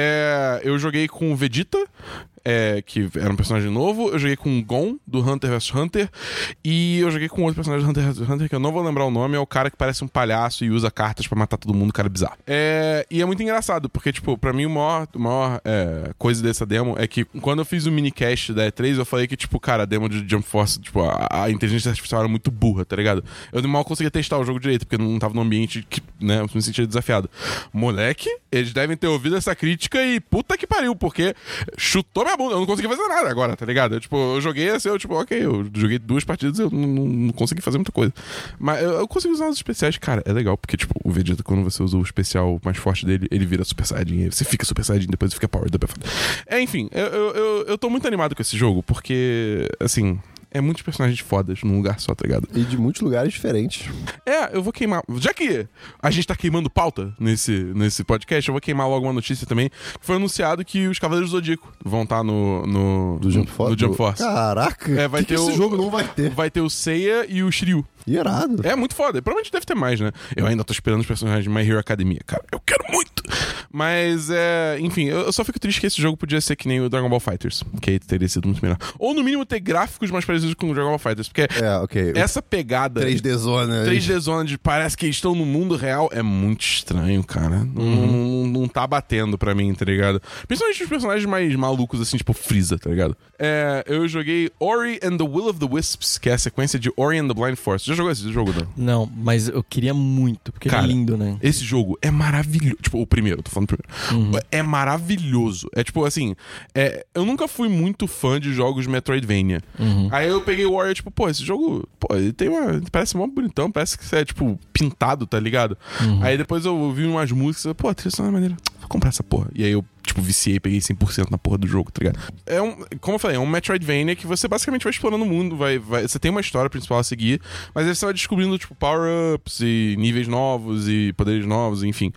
É, eu joguei com o Vegeta, é, que era um personagem novo. Eu joguei com o Gon, do Hunter versus Hunter. E eu joguei com outro personagem do Hunter versus Hunter, que eu não vou lembrar o nome. É o cara que parece um palhaço e usa cartas pra matar todo mundo, cara bizarro. É, e é muito engraçado, porque, tipo, pra mim, o maior, a maior é, coisa dessa demo é que quando eu fiz o minicast da E três, eu falei que, tipo, cara, a demo de Jump Force, tipo, a, a inteligência artificial era muito burra, tá ligado? Eu mal conseguia testar o jogo direito, porque eu não tava num ambiente que, né, eu me sentia desafiado. Moleque, eles devem ter ouvido essa crítica e puta que pariu, porque chutou minha bunda, eu não consegui fazer nada agora, tá ligado? Eu, tipo, eu joguei assim, eu, tipo, ok, eu joguei duas partidas e eu não, não, não consegui fazer muita coisa. Mas eu, eu consegui usar os especiais, cara, é legal, porque, tipo, o Vegeta, quando você usa o especial mais forte dele, ele vira Super Saiyajin, aí você fica Super Saiyajin, depois fica Power Up. É, enfim, eu, eu, eu, eu tô muito animado com esse jogo, porque, assim... é muitos personagens fodas num lugar só, tá ligado? E de muitos lugares diferentes. É, eu vou queimar. Já que a gente tá queimando pauta nesse, nesse podcast, eu vou queimar logo uma notícia também. Que foi anunciado que os Cavaleiros do Zodíaco vão estar no, no, Do Jump Force? no Jump Force. Caraca, É, vai que ter que esse o- jogo não vai ter? Vai ter o Seiya e o Shiryu. Irado. É muito foda. Provavelmente deve ter mais, né? Eu ainda tô esperando os personagens de My Hero Academia, cara. Eu quero muito! Mas, é... Enfim, eu eu só fico triste que esse jogo podia ser que nem o Dragon Ball FighterZ. Que aí teria sido muito melhor. Ou, no mínimo, ter gráficos mais parecidos com o Dragon Ball FighterZ. Porque É, ok. essa pegada... três D zona. três D zona de parece que estão no mundo real é muito estranho, cara. Não, não, não tá batendo pra mim, tá ligado? Principalmente os personagens mais malucos, assim, tipo Frieza, tá ligado? É, eu joguei Ori and the Will of the Wisps, que é a sequência de Ori and the Blind Forest. Já jogou esse jogo, não? Não, mas eu queria muito, porque Cara, ele é lindo, né? Esse jogo é maravilhoso. Tipo, o primeiro, tô falando do primeiro. É maravilhoso. É tipo assim, é, eu nunca fui muito fã de jogos Metroidvania. Aí eu peguei o Ori, tipo, pô, esse jogo, pô, ele tem uma. Parece mó bonitão, parece que é, tipo, pintado, tá ligado? Aí depois eu ouvi umas músicas, pô, a trilha sonora é maneira. Vou comprar essa porra. E aí eu, tipo, viciei, peguei cem por cento na porra do jogo, tá ligado? É um, como eu falei, é um Metroidvania que você basicamente vai explorando o mundo, vai, vai, você tem uma história principal a seguir, mas aí você vai descobrindo, tipo, power-ups e níveis novos e poderes novos, enfim.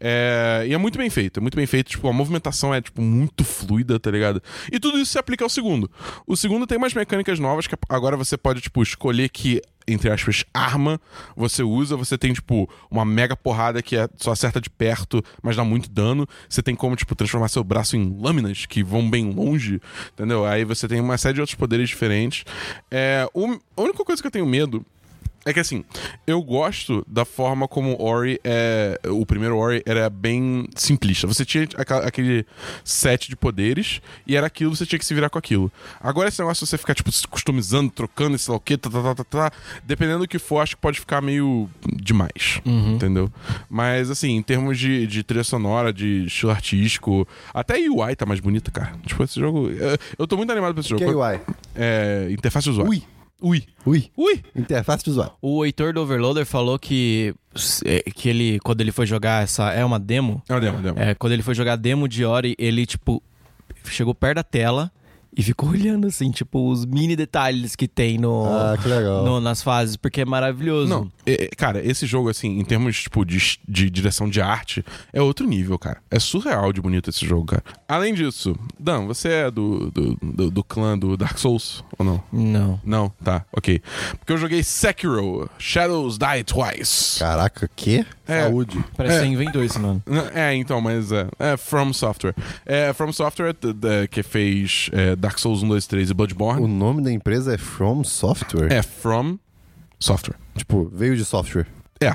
É, e é muito bem feito, é muito bem feito, tipo, a movimentação é, tipo, muito fluida, tá ligado? E tudo isso se aplica ao segundo. O segundo tem umas mecânicas novas que agora você pode, tipo, escolher que entre aspas, arma você usa, você tem, tipo, uma mega porrada que é, só acerta de perto, mas dá muito dano. Você tem como, tipo, transformar seu braço em lâminas que vão bem longe, entendeu? Aí você tem uma série de outros poderes diferentes. É, o, a única coisa que eu tenho medo é que, assim, eu gosto da forma como o Ori é... O primeiro Ori era bem simplista. Você tinha aqua- aquele set de poderes e era aquilo, você tinha que se virar com aquilo. Agora esse negócio de você ficar, tipo, se customizando, trocando, sei lá o quê, tá, tá, tá, tá, tá, dependendo do que for, acho que pode ficar meio demais, entendeu? Mas, assim, em termos de, de trilha sonora, de estilo artístico, até a U I tá mais bonita, cara. Tipo, esse jogo... Eu, eu tô muito animado pra esse jogo. Que é U I? É... Interface de usuário. Ui. Ui. Ui. Ui. Interface de usuário. O Heitor do Overloader falou que, que ele, quando ele foi jogar essa... É uma demo? É uma demo, é uma demo. É, quando ele foi jogar a demo de Ori, ele, tipo, chegou perto da tela e ficou olhando, assim, tipo, os mini detalhes que tem no, Ah, que legal. no- nas fases, porque é maravilhoso. Não, é- é, cara, esse jogo, assim, em termos, tipo, de, de direção de arte, é outro nível, cara. É surreal de bonito esse jogo, cara. Além disso, Dan, você é do, do, do, do clã do Dark Souls, ou não? Não. Não? Tá, ok. Porque eu joguei Sekiro, Shadows Die Twice. Caraca, que? É. Saúde. Parece É. que você inventou esse nome. É, então, mas é, é From Software. É From Software d- d- que fez é, Dark Souls um, dois, três e Bloodborne. O nome da empresa é From Software? É From Software. Tipo, veio de software. É.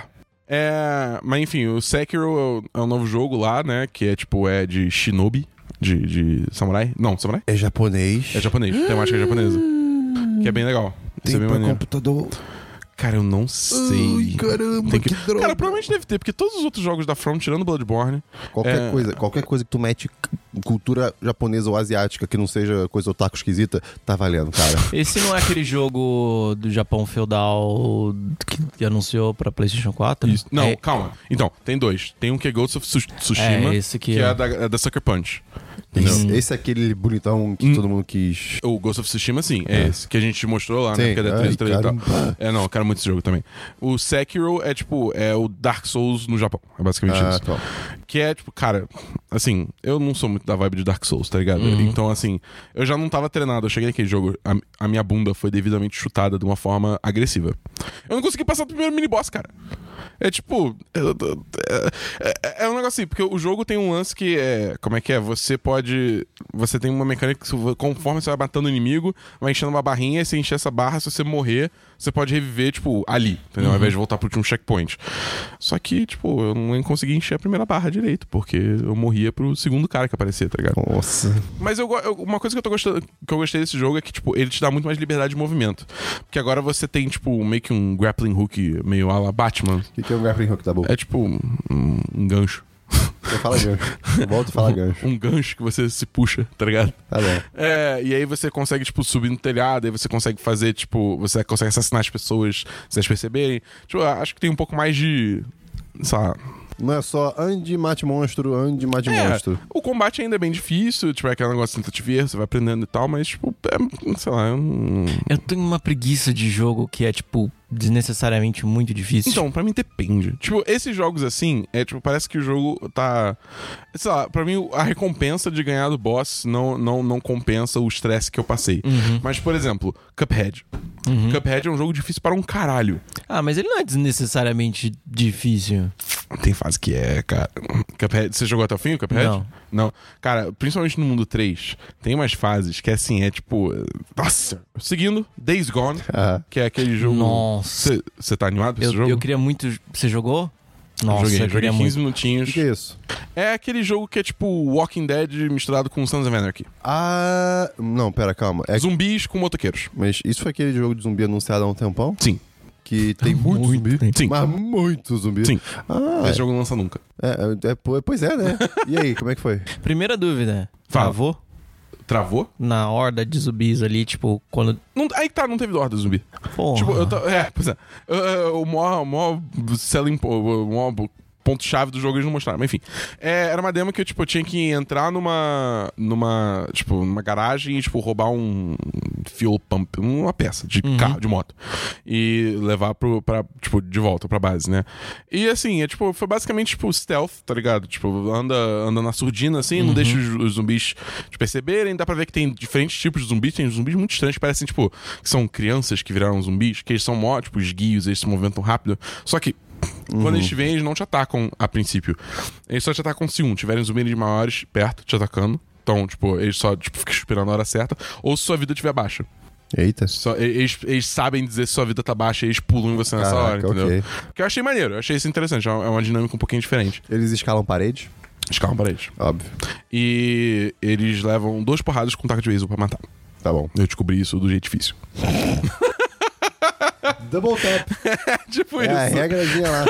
É, mas enfim, o Sekiro é o, é o novo jogo lá, né? Que é tipo, é de shinobi, de, de samurai. Não, samurai? É japonês. É japonês, temática japonesa. Que é bem legal. Isso Tem é bem pra maneiro. computador. Cara, eu não sei. Ai, caramba, Tem que droga. Cara, provavelmente deve ter, porque todos os outros jogos da From, tirando Bloodborne... Qualquer É. coisa, qualquer coisa que tu mete c- cultura japonesa ou asiática que não seja coisa otaku esquisita, tá valendo, cara. Esse não é aquele jogo do Japão feudal que anunciou pra PlayStation quatro? Isso. Não, É, calma. Então, tem dois. Tem um que é Ghost of Tsu- Tsushima, É, esse que que é. é, da, é da Sucker Punch. Entendeu? Esse, esse é aquele bonitão que Hum. todo mundo quis. O Ghost of Tsushima, sim, é, É. esse que a gente mostrou lá, Sim. né? Que é da Ai, três três e tal. caramba. É, não, eu quero muito esse jogo também. O Sekiro é tipo, é o Dark Souls no Japão. É basicamente Ah, isso. tá. Que é tipo, cara, assim, eu não sou muito da vibe de Dark Souls, tá ligado? Então, assim, eu já não tava treinado. Eu cheguei naquele jogo, a, a minha bunda foi devidamente chutada de uma forma agressiva. Eu não consegui passar do primeiro mini-boss, cara. É tipo. É, é, é um negócio assim, porque o jogo tem um lance que é. Como é que é? Você pode. Você tem uma mecânica que, conforme você vai matando o inimigo, vai enchendo uma barrinha, e se encher essa barra, se você morrer, você pode reviver, tipo, ali, entendeu? Ao invés de voltar pro último checkpoint. Só que, tipo, eu não consegui encher a primeira barra direito, porque eu morria pro segundo cara que aparecia, tá ligado? Nossa. Mas eu, go- eu- uma coisa que eu, tô gostando, que eu gostei desse jogo é que, tipo, ele te dá muito mais liberdade de movimento. Porque agora você tem, tipo, meio que um grappling hook meio à la Batman. O que, que é o grappling hook, tá bom? É tipo um, um gancho. Você fala gancho. Volta e fala gancho. Um gancho que você se puxa, tá ligado? Tá bom. É, e aí você consegue, tipo, subir no telhado, aí você consegue fazer, tipo, você consegue assassinar as pessoas sem elas perceberem. Tipo, eu acho que tem um pouco mais de, sei lá, Não é só ande, mate monstro, ande, mate É, monstro. o combate ainda é bem difícil, tipo, é aquele negócio de tentativa, você vai aprendendo e tal, mas, tipo, é, sei lá, eu não... Eu tenho uma preguiça de jogo que é, tipo, desnecessariamente muito difícil. Então, pra mim depende. Tipo, esses jogos assim, é tipo, parece que o jogo tá... Sei lá, pra mim a recompensa de ganhar do boss não, não, não compensa o estresse que eu passei. Uhum. Mas, por exemplo, Cuphead. Uhum. Cuphead é um jogo difícil para um caralho. Ah, mas ele não é desnecessariamente difícil. Tem fase que é, cara. Cuphead, você jogou até o fim o Cuphead? Não. Não. Cara, principalmente no mundo três, tem umas fases que é assim, é tipo... Nossa! Seguindo, Days Gone, Ah. que é aquele jogo... Nossa. Você tá animado pra esse Eu, jogo? eu queria muito... Você jogou? Nossa, joguei, eu joguei queria quinze muito. minutinhos. O que é isso? É aquele jogo que é tipo Walking Dead misturado com Sons of Anarchy. Ah. Não, pera, calma. É... Zumbis com motoqueiros. Mas isso foi aquele jogo de zumbi anunciado há um tempão? Sim. Que tem muito, Muito zumbi? Sim. Mas muito zumbi? Sim. Ah, Esse jogo não lança nunca. é, é, é, pois é, né? E aí, como é que foi? Primeira dúvida. Fala. Travou? Travou? Na horda de zumbis ali, tipo, quando... Não, aí que tá, não teve horda zumbi. Porra. Tipo, eu tô, é, pois é. Eu- eu- O maior, o maior selling, o maior ponto-chave do jogo eles não mostraram. Mas enfim. É, era uma demo que eu, tipo, eu tinha que entrar numa. numa. Tipo, numa garagem e, tipo, roubar um fuel pump, uma peça de Uhum. carro, de moto. E levar pro, pra, tipo, de volta pra base, né? E assim, é tipo, foi basicamente, tipo, stealth, tá ligado? Tipo, anda, anda na surdina, assim, não deixa os, os zumbis te perceberem. Dá pra ver que tem diferentes tipos de zumbis. Tem zumbis muito estranhos, que parecem, tipo, que são crianças que viraram zumbis, que eles são mó, tipo, esguios, eles se movimentam rápido. Só que quando eles te veem, eles não te atacam a princípio. Eles só te atacam se um, tiverem zumbis maiores perto, te atacando. Então, tipo, eles só tipo, ficam esperando a hora certa. Ou se sua vida estiver baixa. Eita. Só, eles, eles sabem dizer se sua vida tá baixa e eles pulam em você nessa Caraca, hora, entendeu? ok. Que eu achei maneiro, eu achei isso interessante. É uma, é uma dinâmica um pouquinho diferente. Eles escalam parede? Escalam parede. Óbvio. E eles levam duas porradas com taco de beisebol pra matar. Tá bom. Eu descobri isso do jeito difícil. Double tap. tipo É a isso. regrazinha lá.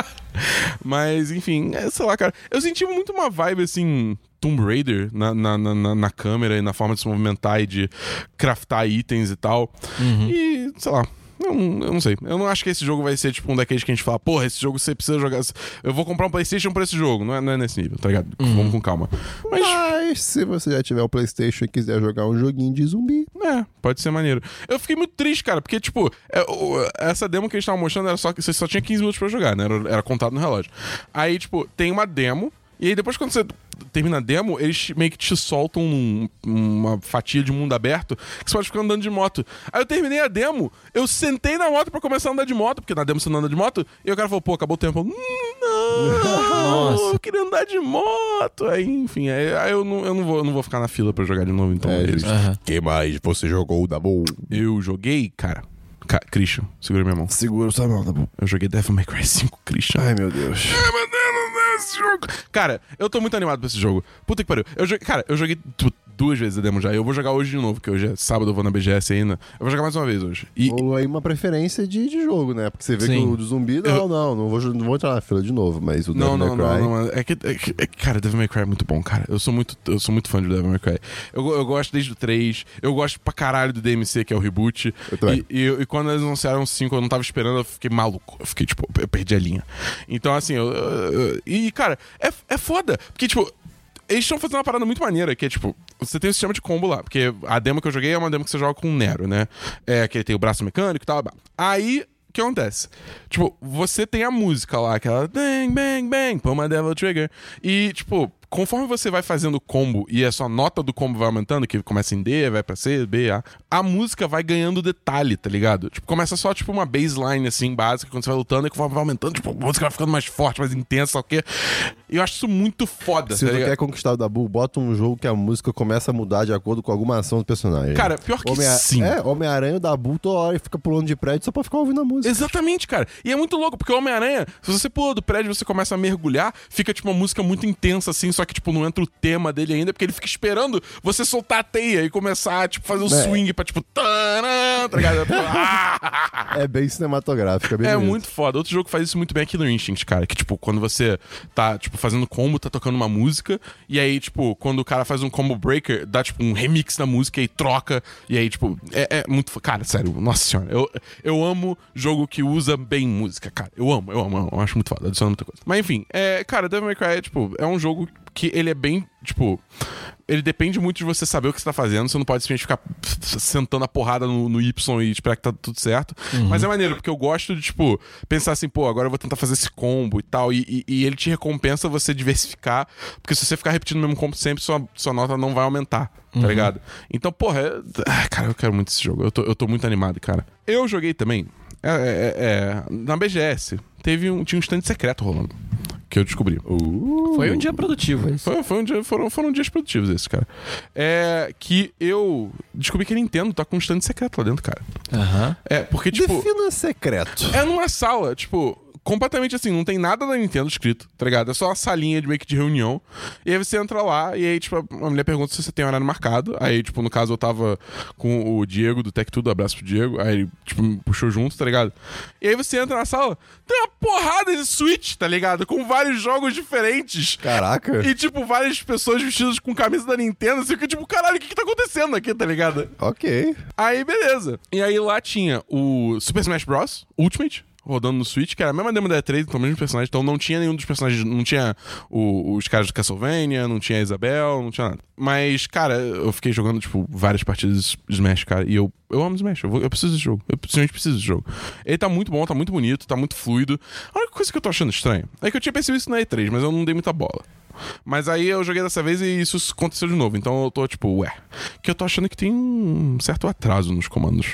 Mas, enfim, é, sei lá, cara. Eu senti muito uma vibe, assim, Tomb Raider na, na, na, na câmera e na forma de se movimentar e de craftar itens e tal. Uhum. E, sei lá. Eu não, eu não sei. Eu não acho que esse jogo vai ser tipo um daqueles que a gente fala, porra, esse jogo você precisa jogar. Eu vou comprar um PlayStation pra esse jogo. Não é, não é nesse nível, tá ligado? Uhum. Vamos com calma. Mas, Mas se você já tiver o PlayStation e quiser jogar um joguinho de zumbi. é, pode ser maneiro. Eu fiquei muito triste, cara, porque, tipo, é, o- essa demo que eles estavam mostrando era só que você só tinha quinze minutos pra jogar, né? Era, era contado no relógio. Aí, tipo, tem uma demo. E aí depois quando você termina a demo, eles meio que te soltam um- uma fatia de mundo aberto que você pode ficar andando de moto. Aí eu terminei a demo, eu sentei na moto pra começar a andar de moto, porque na demo você não anda de moto, e o cara falou, pô, acabou o tempo. Eu, hum, não, Nossa. eu queria andar de moto. Aí, enfim, aí, aí eu, não, eu, não vou, eu não vou ficar na fila pra jogar de novo, então. É, eles- justo. Aham. Que mais você jogou o Double? Eu joguei, cara. Ca- Christian, segura minha mão. Segura sua mão, Double. Eu joguei Devil May Cry cinco, Christian. Ai, meu Deus. Ai, meu Deus, meu Deus, esse jogo. Cara, eu tô muito animado pra esse jogo. Puta que pariu. Eu joguei, cara, eu joguei tu- duas vezes a demo já. Eu vou jogar hoje de novo, que hoje é sábado, eu vou na B G S ainda. Eu vou jogar mais uma vez hoje. E, Ou aí uma preferência de, de jogo, né? Porque você vê Sim. que o do zumbi, não, Eu- não, não vou, não vou entrar na fila de novo, mas o Não, Devil não, May Cry... não, não. É que, é que- é que, cara, Devil May Cry é muito bom, cara. Eu sou muito, eu sou muito fã de Devil May Cry. Eu, go- eu gosto desde o três. Eu gosto pra caralho do D M C, que é o reboot. Eu também. E, e, e quando eles anunciaram o cinco, eu não tava esperando, eu fiquei maluco. Eu fiquei, tipo, eu perdi a linha. Então, assim, eu. eu- eu- e, cara, é, é foda. Porque, tipo. Eles estão fazendo uma parada muito maneira, que é tipo, você tem um sistema de combo lá, porque a demo que eu joguei é uma demo que você joga com o Nero, né? É, que tem o braço mecânico e tal. blá. Aí, o que acontece? Tipo, você tem a música lá, aquela bang, bang, bang, pull my devil trigger. E, tipo, conforme você vai fazendo combo e a sua nota do combo vai aumentando, que começa em D, vai pra C, B, A, a música vai ganhando detalhe, tá ligado? Tipo, começa só, tipo, uma baseline, assim, básica, quando você vai lutando, e conforme vai aumentando, tipo, a música vai ficando mais forte, mais intensa, só que... E eu acho isso muito foda, Se tá você ligado? quer conquistar o Dabu, bota um jogo que a música começa a mudar de acordo com alguma ação do personagem. Cara, pior que Homem sim. É, Homem-Aranha, o Dabu toda hora fica pulando de prédio só pra ficar ouvindo a música. Exatamente, cara. E é muito louco, porque o Homem-Aranha, se você pula do prédio e você começa a mergulhar, fica tipo uma música muito intensa, assim, só que, tipo, não entra o tema dele ainda, porque ele fica esperando você soltar a teia e começar, tipo, fazer o É. swing pra, tipo, tanã, tá ligado? É bem cinematográfico, é bem É bonito. muito foda. Outro jogo que faz isso muito bem é Killer Instinct, cara. Que, tipo, quando você tá, tipo, fazendo combo, tá tocando uma música, e aí, tipo, quando o cara faz um combo breaker, dá, tipo, um remix da música e troca, e aí, tipo, é, é muito... fo- Cara, sério, nossa senhora, eu, eu amo jogo que usa bem música, cara. Eu amo, eu amo, eu amo. Eu acho muito foda, adiciona muita coisa. Mas, enfim, é, cara, Devil May Cry, é, tipo, é um jogo que ele é bem, tipo... Ele depende muito de você saber o que você tá fazendo. Você não pode simplesmente ficar sentando a porrada no, no Y e esperar que tá tudo certo. Uhum. Mas é maneiro, porque eu gosto de, tipo, pensar assim, pô, agora eu vou tentar fazer esse combo e tal. E, e, e ele te recompensa você diversificar. Porque se você ficar repetindo o mesmo combo sempre, sua, sua nota não vai aumentar, tá uhum. ligado? Então, porra, é... ah, cara, eu quero muito esse jogo. Eu tô, eu tô muito animado, cara. Eu joguei também. É, é, é, na B G S, teve um, tinha um stand secreto rolando. Que eu descobri. Uh, foi um dia produtivo, esse. Foi, foi um dia, foram, foram dias produtivos esses, cara. É que eu descobri que a Nintendo tá com um stand secreto lá dentro, cara. Aham. Uh-huh. É, porque, tipo... Defina secreto. É numa sala, tipo... completamente assim, não tem nada da Nintendo escrito, tá ligado? É só uma salinha de meio que de reunião. E aí você entra lá e aí, tipo, a mulher pergunta se você tem horário marcado. Aí, tipo, no caso eu tava com o Diego do Tech Tudo, abraço pro Diego. Aí ele, tipo, me puxou junto, tá ligado? E aí você entra na sala, tem uma porrada de Switch, tá ligado? Com vários jogos diferentes. Caraca. E, tipo, várias pessoas vestidas com camisa da Nintendo. Assim, que tipo, caralho, o que que tá acontecendo aqui, tá ligado? Ok. Aí, beleza. E aí lá tinha o Super Smash Bros. Ultimate, rodando no Switch, que era a mesma demo da E três, então o mesmo personagem. Então não tinha nenhum dos personagens, não tinha o, os caras do Castlevania, não tinha a Isabel, não tinha nada. Mas, cara, eu fiquei jogando, tipo, várias partidas de Smash, cara, e eu, eu amo Smash, eu, vou, eu preciso desse jogo, eu simplesmente preciso desse jogo. Ele tá muito bom, tá muito bonito, tá muito fluido. A única coisa que eu tô achando estranha é que eu tinha percebido isso na E três, mas eu não dei muita bola. Mas aí eu joguei dessa vez e isso aconteceu de novo, então eu tô tipo, ué, que eu tô achando que tem um certo atraso nos comandos.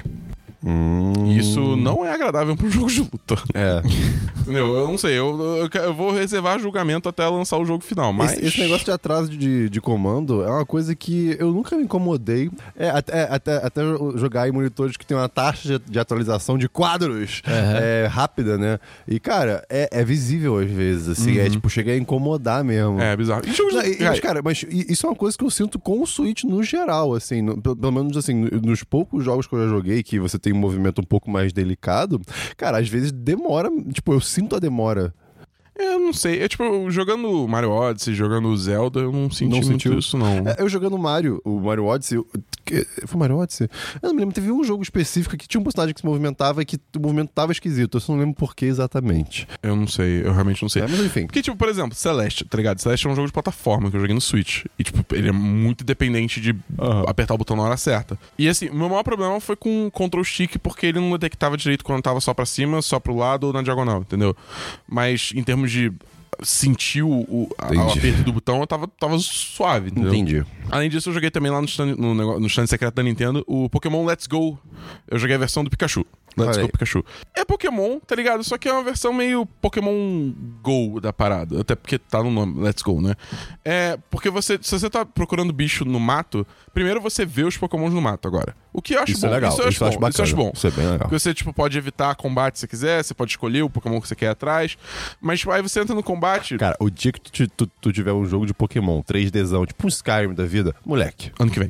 Hum... Isso não é agradável para um jogo de luta. É. Entendeu? Eu não sei, eu, eu, eu vou reservar julgamento até lançar o jogo final, mas... Esse, esse negócio de atraso de, de comando é uma coisa que eu nunca me incomodei. É, até, até, até jogar em monitores que tem uma taxa de, de atualização de quadros uhum. é, rápida, né? E, cara, é, é visível às vezes, assim. Uhum. É tipo, chega a incomodar mesmo. É, bizarro. E jogos não, de... e, mas, cara, mas isso é uma coisa que eu sinto com o Switch no geral, assim. No, pelo, pelo menos, assim, nos poucos jogos que eu já joguei que você tem um movimento um pouco mais delicado, cara, às vezes demora, tipo, eu sinto a demora. Eu não sei, é tipo, jogando Mario Odyssey, jogando Zelda, eu não senti não muito sentiu isso, não. É, eu jogando Mario, o Mario Odyssey, eu, que, foi Mario Odyssey? Eu não me lembro, teve um jogo específico que tinha um personagem que se movimentava e que o movimento tava esquisito, eu só não lembro por que exatamente. Eu não sei, eu realmente não sei. É, mas enfim. Porque, tipo, por exemplo, Celeste, tá ligado? Celeste é um jogo de plataforma que eu joguei no Switch. E, tipo, ele é muito dependente de uhum. apertar o botão na hora certa. E, assim, o meu maior problema foi com o Control Stick, porque ele não detectava direito quando tava só pra cima, só pro lado ou na diagonal, entendeu? Mas, em termos de sentiu o, a, o aperto do botão, eu tava, tava suave, entendeu? Entendi. Além disso, eu joguei também lá no stand, no, no stand secreto da Nintendo o Pokémon Let's Go. Eu joguei a versão do Pikachu. Let's Go Pikachu. É Pokémon, tá ligado? Só que é uma versão meio Pokémon Go da parada. Até porque tá no nome, Let's Go, né? É, porque você, se você tá procurando bicho no mato, primeiro você vê os Pokémons no mato agora. O que eu acho isso bom. É legal. Isso eu acho isso bom. Acho bacana. Isso eu acho bom. Isso é bem legal. Porque você, tipo, pode evitar combate se quiser, você pode escolher o Pokémon que você quer atrás. Mas tipo, aí você entra no combate... Cara, o dia que tu, tu, tu tiver um jogo de Pokémon três Dzão, tipo um Skyrim da vida, moleque. Ano que vem.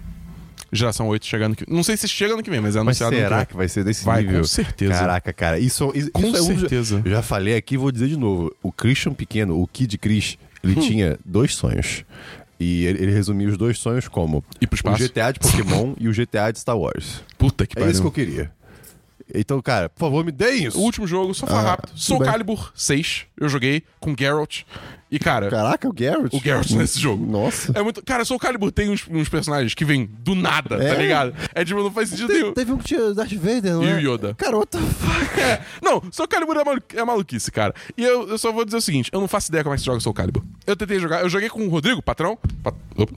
Geração oito chegando que... Não sei se chega ano que vem, mas é anunciado. Mas será ano que, que vai ser desse vai, nível? Com certeza. Caraca, cara. Isso, isso, com isso é certeza. Um... Eu já falei aqui, vou dizer de novo. O Christian pequeno, o Kid Chris, ele hum. tinha dois sonhos. E ele, ele resumia os dois sonhos como... Ir pro espaço. O G T A de Pokémon e o G T A de Star Wars. Puta que pariu. pariu. É isso que eu queria. Então, cara, por favor, me deem isso. O último jogo, só falar ah, rápido. Soul Calibur seis, eu joguei com Geralt. E, cara... Caraca, o Geralt? O Geralt nesse jogo. Nossa. É muito... Cara, Soul Calibur tem uns, uns personagens que vêm do nada, é? tá ligado? É tipo, não faz sentido Te, nenhum. Teve um que tinha Darth Vader, não e é? E o Yoda. Cara, what the fuck? É. Não, Soul Calibur é, malu... é maluquice, cara. E eu, eu só vou dizer o seguinte, eu não faço ideia como é que se joga Soul Calibur. Eu tentei jogar... Eu joguei com o Rodrigo, patrão. Pat... Opa.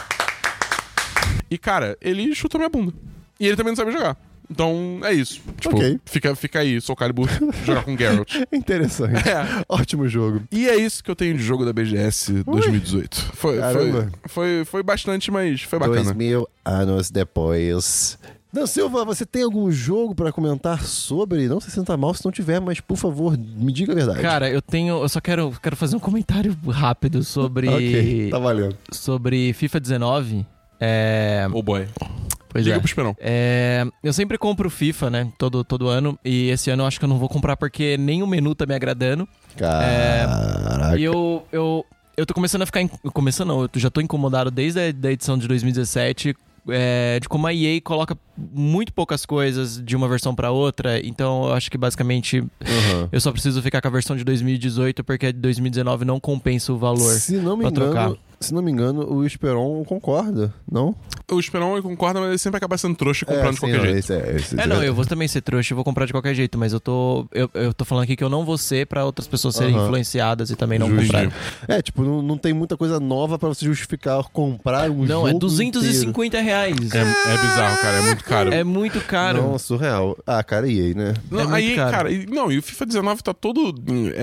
E, cara, ele chutou minha bunda. E ele também não sabe jogar. Então, é isso. Tipo, okay. fica, fica aí, Soul Calibur, jogar com Geralt. Interessante. É. Ótimo jogo. E é isso que eu tenho de jogo da B G S dois mil e dezoito. Foi, foi, foi, foi bastante, mas foi bacana. Dois mil anos depois, Dan Silva, você tem algum jogo pra comentar sobre? Não se sinta mal se não tiver, mas por favor, me diga a verdade. Cara, eu tenho. Eu só quero, quero fazer um comentário rápido sobre. Ok, tá valendo. Sobre FIFA dezenove. É. Oh boy. Pois Liga é. pro Esperão. É, eu sempre compro FIFA, né? Todo, todo ano. E esse ano eu acho que eu não vou comprar porque nem o menu tá me agradando. Caraca. E eu, eu, eu tô começando a ficar... In... Começando não, eu já tô incomodado desde a da edição de dois mil e dezessete... É, de como a E A coloca muito poucas coisas de uma versão pra outra. Então eu acho que basicamente Uhum. eu só preciso ficar com a versão de dois mil e dezoito porque a de dois mil e dezenove não compensa o valor. Se não me pra engano, trocar. se não me engano, o Esperon concorda, não? O Esperão ele concorda, mas ele sempre acaba sendo trouxa e comprando de sim, qualquer não, jeito. esse é, esse É, não, eu vou também ser trouxa e vou comprar de qualquer jeito, mas eu tô eu, eu tô falando aqui que eu não vou ser pra outras pessoas serem Aham. influenciadas e também não Justo. comprarem. É, tipo, não, não tem muita coisa nova pra você justificar comprar um Não, jogo é duzentos e cinquenta reais. É, é bizarro, cara, é muito caro. É muito caro. Não, surreal. Ah, cara, E A, né? Não, É muito aí, caro. cara, e, não, e o FIFA dezenove tá todo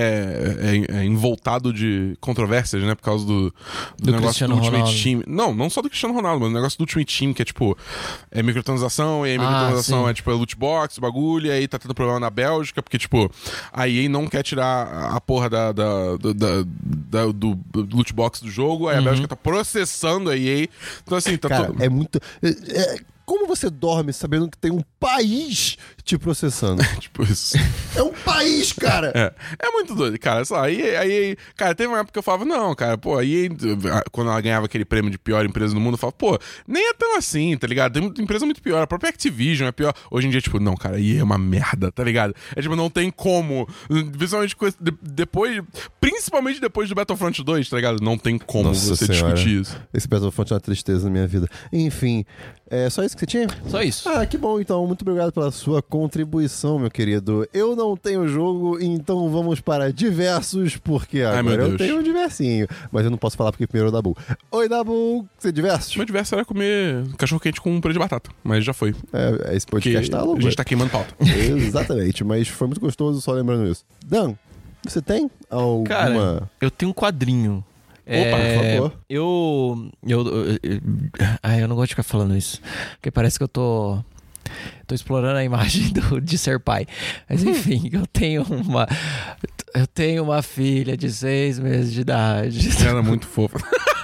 é, é, é envoltado de controvérsias, né? Por causa do, do, Do negócio Cristiano do Ultimate Ronaldo. Team. Não, não só do Cristiano Ronaldo, mas o negócio do Ultimate Team, que é tipo, é microtransação, e aí a Ah, microtransação sim. é tipo é loot box, bagulho, e aí tá tendo problema na Bélgica, porque, tipo, a E A não quer tirar a porra da, da, da, da- da- do, do loot box do jogo, aí a Uhum. Bélgica tá processando a E A. Então, assim, tá Cara, todo. é muito... é- é- como você dorme sabendo que tem um país te processando? Tipo isso. É um país, cara! É, é muito doido, cara. Só, aí, aí, cara, teve uma época que eu falava, não, cara, pô, aí quando ela ganhava aquele prêmio de pior empresa do mundo, eu falava, pô, nem é tão assim, tá ligado? Tem muita empresa muito pior, a própria Activision é pior. Hoje em dia, tipo, não, cara, aí é uma merda, tá ligado? É tipo, não tem como. Principalmente com esse- de- depois, principalmente depois do Battlefront dois, tá ligado? Não tem como Nossa você Senhora. discutir isso. Esse Battlefront é uma tristeza na minha vida. Enfim, é só isso que você tinha? Só isso. Ah, que bom, então. Muito obrigado pela sua contribuição, meu querido. Eu não tenho jogo, então vamos para diversos, porque Ai, meu agora eu Deus. tenho um diversinho. Mas eu não posso falar porque primeiro é o Dabu. Oi, Dabu! Você é diversos? O meu diverso era comer cachorro-quente com um purê de batata, mas já foi. É, esse Porque podcast tá a louco. gente tá queimando pauta. Exatamente, mas foi muito gostoso só lembrando isso. Dan, você tem alguma... Cara, eu tenho um quadrinho. Opa, por favor. Eu, eu, eu, eu. Ai, eu não gosto de ficar falando isso. Porque parece que eu tô. Tô explorando a imagem do, de ser pai. Mas enfim, eu tenho uma. Eu tenho uma filha de seis meses de idade. Era muito fofa.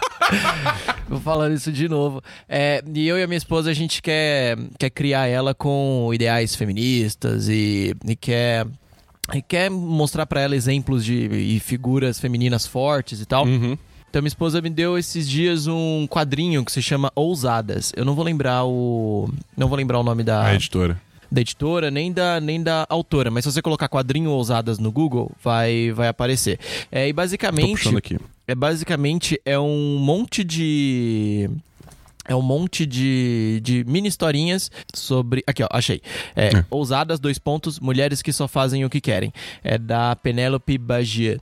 Vou falando isso de novo. É, e eu e a minha esposa, a gente quer, quer criar ela com ideais feministas e, e quer. E quer mostrar pra ela exemplos de e figuras femininas fortes e tal. Uhum. Então minha esposa me deu esses dias um quadrinho que se chama Ousadas. Eu não vou lembrar o não vou lembrar o nome da, A editora. da editora nem da, nem da autora, mas se você colocar quadrinho Ousadas no Google, vai vai aparecer. É, e Tô basicamente puxando aqui. é basicamente é um monte de É um monte de, de mini historinhas sobre... Aqui, ó, achei. É, É. Ousadas, dois pontos, mulheres que só fazem o que querem. É da Penélope Bagier.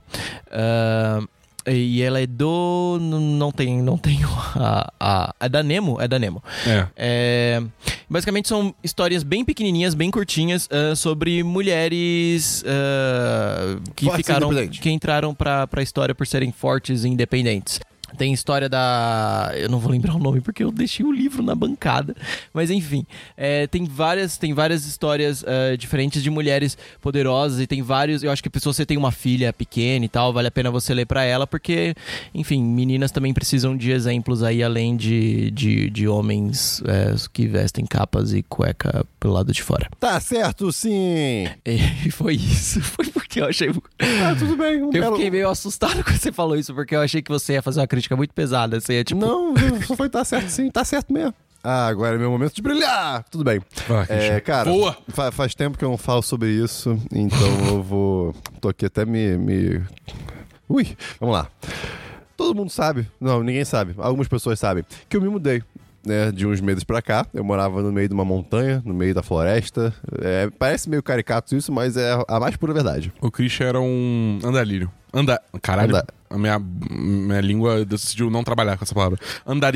Ah, e ela é do... Não tem, não tem a, a... É da Nemo? É da Nemo. É. É, basicamente são histórias bem pequenininhas, bem curtinhas, ah, sobre mulheres ah, que Fortes e ficaram, independentes. que entraram pra, pra história por serem fortes e independentes. Tem história da... Eu não vou lembrar o nome porque eu deixei o livro na bancada. Mas enfim, é, tem, várias, tem várias histórias ah, diferentes de mulheres poderosas. E tem vários... Eu acho que se você tem uma filha pequena e tal, vale a pena você ler pra ela. Porque, enfim, meninas também precisam de exemplos aí, além de, de, de homens é, que vestem capas e cueca pelo lado de fora. Tá certo, sim! E foi isso. Foi porque eu achei... Ah, tudo bem. Um Eu belo... fiquei meio assustado quando você falou isso, porque eu achei que você ia fazer uma crítica muito pesada. Você ia, tipo... Não, só foi tá certo sim, tá certo mesmo. Ah, agora é meu momento de brilhar! Tudo bem. Vai, É, Christian. cara, Voa! fa- faz tempo que eu não falo sobre isso, então eu vou... Tô aqui até me... me... Ui, vamos lá. Todo mundo sabe, não, ninguém sabe, algumas pessoas sabem, que eu me mudei. Né, de uns meses pra cá, eu morava no meio de uma montanha, no meio da floresta. É, parece meio caricato isso, mas é a mais pura verdade. O Christian era um andarilho. Anda... Caralho. Anda- A minha, minha língua decidiu não trabalhar com essa palavra. Andarilho.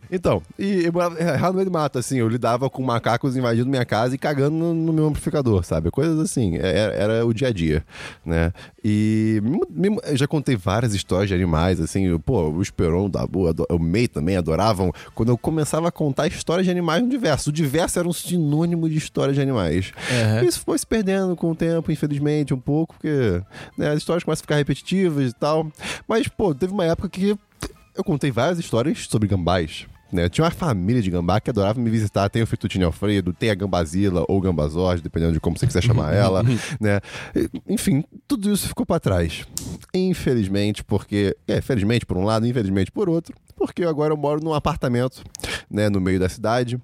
Então, e eu morava é, no meio do mato, assim, eu lidava com macacos invadindo minha casa e cagando no, no meu amplificador, sabe? Coisas assim, era, era o dia a dia, né? E me, me, eu já contei várias histórias de animais, assim, eu, pô, o Esperon, o Dabu, o May também adoravam, quando eu começava a contar histórias de animais no diverso. O diverso era um sinônimo de histórias de animais. Uhum. Isso foi se perdendo com o tempo, infelizmente, um pouco, porque né, as histórias começam a ficar repetitivas e tal. Mas, pô, teve uma época que eu contei várias histórias sobre gambás. Né? Tinha uma família de gambá que adorava me visitar. Tem o Fettuccine Alfredo, tem a Gambazila ou Gambazord, dependendo de como você quiser chamar ela, né? Enfim, tudo isso ficou pra trás. Infelizmente, porque... É, felizmente por um lado, infelizmente por outro. Porque agora eu moro num apartamento, né, no meio da cidade.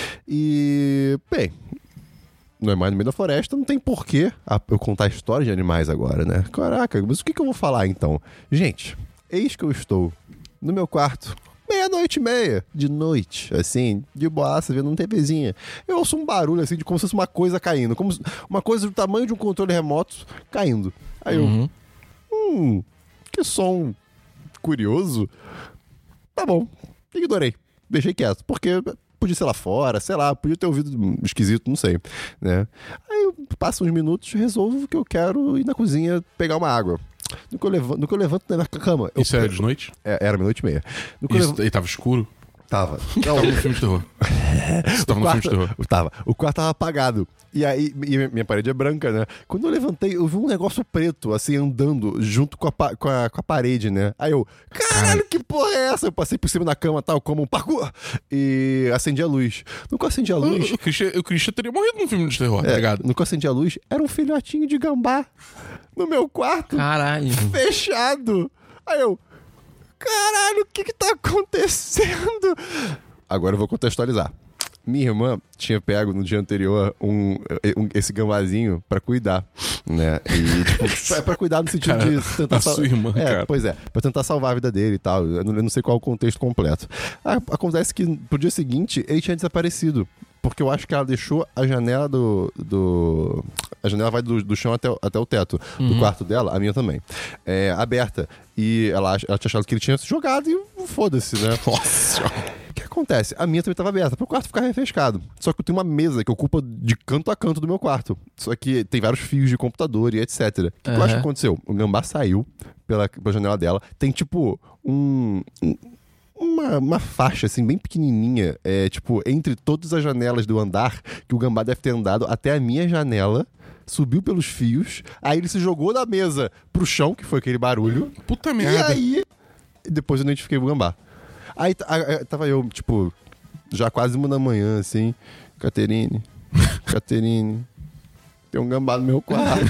E, bem... Não é mais no meio da floresta, não tem porquê eu contar histórias de animais agora, né? Caraca, mas o que, que eu vou falar então? Gente, eis que eu estou no meu quarto... meia-noite e meia, de noite, assim, de boaça, vendo uma TVzinha. Eu ouço um barulho, assim, de como se fosse uma coisa caindo. Como se, uma coisa do tamanho de um controle remoto caindo. Aí Uhum. eu... Hum... Que som curioso. Tá bom. Ignorei. Deixei quieto. Porque podia ser lá fora, sei lá, podia ter ouvido esquisito, não sei, né? Aí eu passo uns minutos, resolvo que eu quero ir na cozinha pegar uma água. No que eu levanto, no que eu levanto da minha cama... Eu, Isso era de noite? É, era meia-noite e meia. No que Isso, eu levanto, e tava escuro? tava. Não, tava no filme de terror. Você tava no filme de terror. Tava. O quarto tava apagado. E aí, e minha parede é branca, né? Quando eu levantei, eu vi um negócio preto, assim, andando junto com a, com a, com a parede, né? Aí eu, caralho, que porra é essa? Eu passei por cima da cama, tal, como um parkour, e acendi a luz. No que eu acendi a luz... O, o, Christian, o Christian teria morrido num filme de terror, é, tá ligado? No que eu acendi a luz, era um filhotinho de gambá no meu quarto. Caralho. Fechado. Aí eu, caralho, o que que tá acontecendo? Agora eu vou contextualizar. Minha irmã tinha pego no dia anterior um, um, esse gambazinho pra cuidar, né? E, tipo, pra, pra cuidar no sentido cara, de tentar... a sua irmã, é, cara. Pois é, pra tentar salvar a vida dele e tal. Eu não, eu não sei qual é o contexto completo. Ah, acontece que pro dia seguinte ele tinha desaparecido. Porque eu acho que ela deixou a janela do... do a janela vai do, do chão até, até o teto uhum. do quarto dela, a minha também, é, aberta. E ela, ela tinha achado que ele tinha se jogado e foda-se, né? Nossa. O que acontece? A minha também estava aberta, para o quarto ficar refrescado. Só que eu tenho uma mesa que ocupa de canto a canto do meu quarto. Só que tem vários fios de computador e etcétera. O que uhum. eu acho que aconteceu? O gambá saiu pela, pela janela dela. Tem tipo um... um Uma, uma faixa, assim, bem pequenininha, é, tipo, entre todas as janelas do andar, que o gambá deve ter andado até a minha janela, subiu pelos fios, aí ele se jogou da mesa pro chão, que foi aquele barulho. Puta merda. E aí, depois eu identifiquei o gambá. Aí tava eu, tipo, já quase uma da manhã, assim, Caterine, Caterine... Tem um gambá no meu quarto.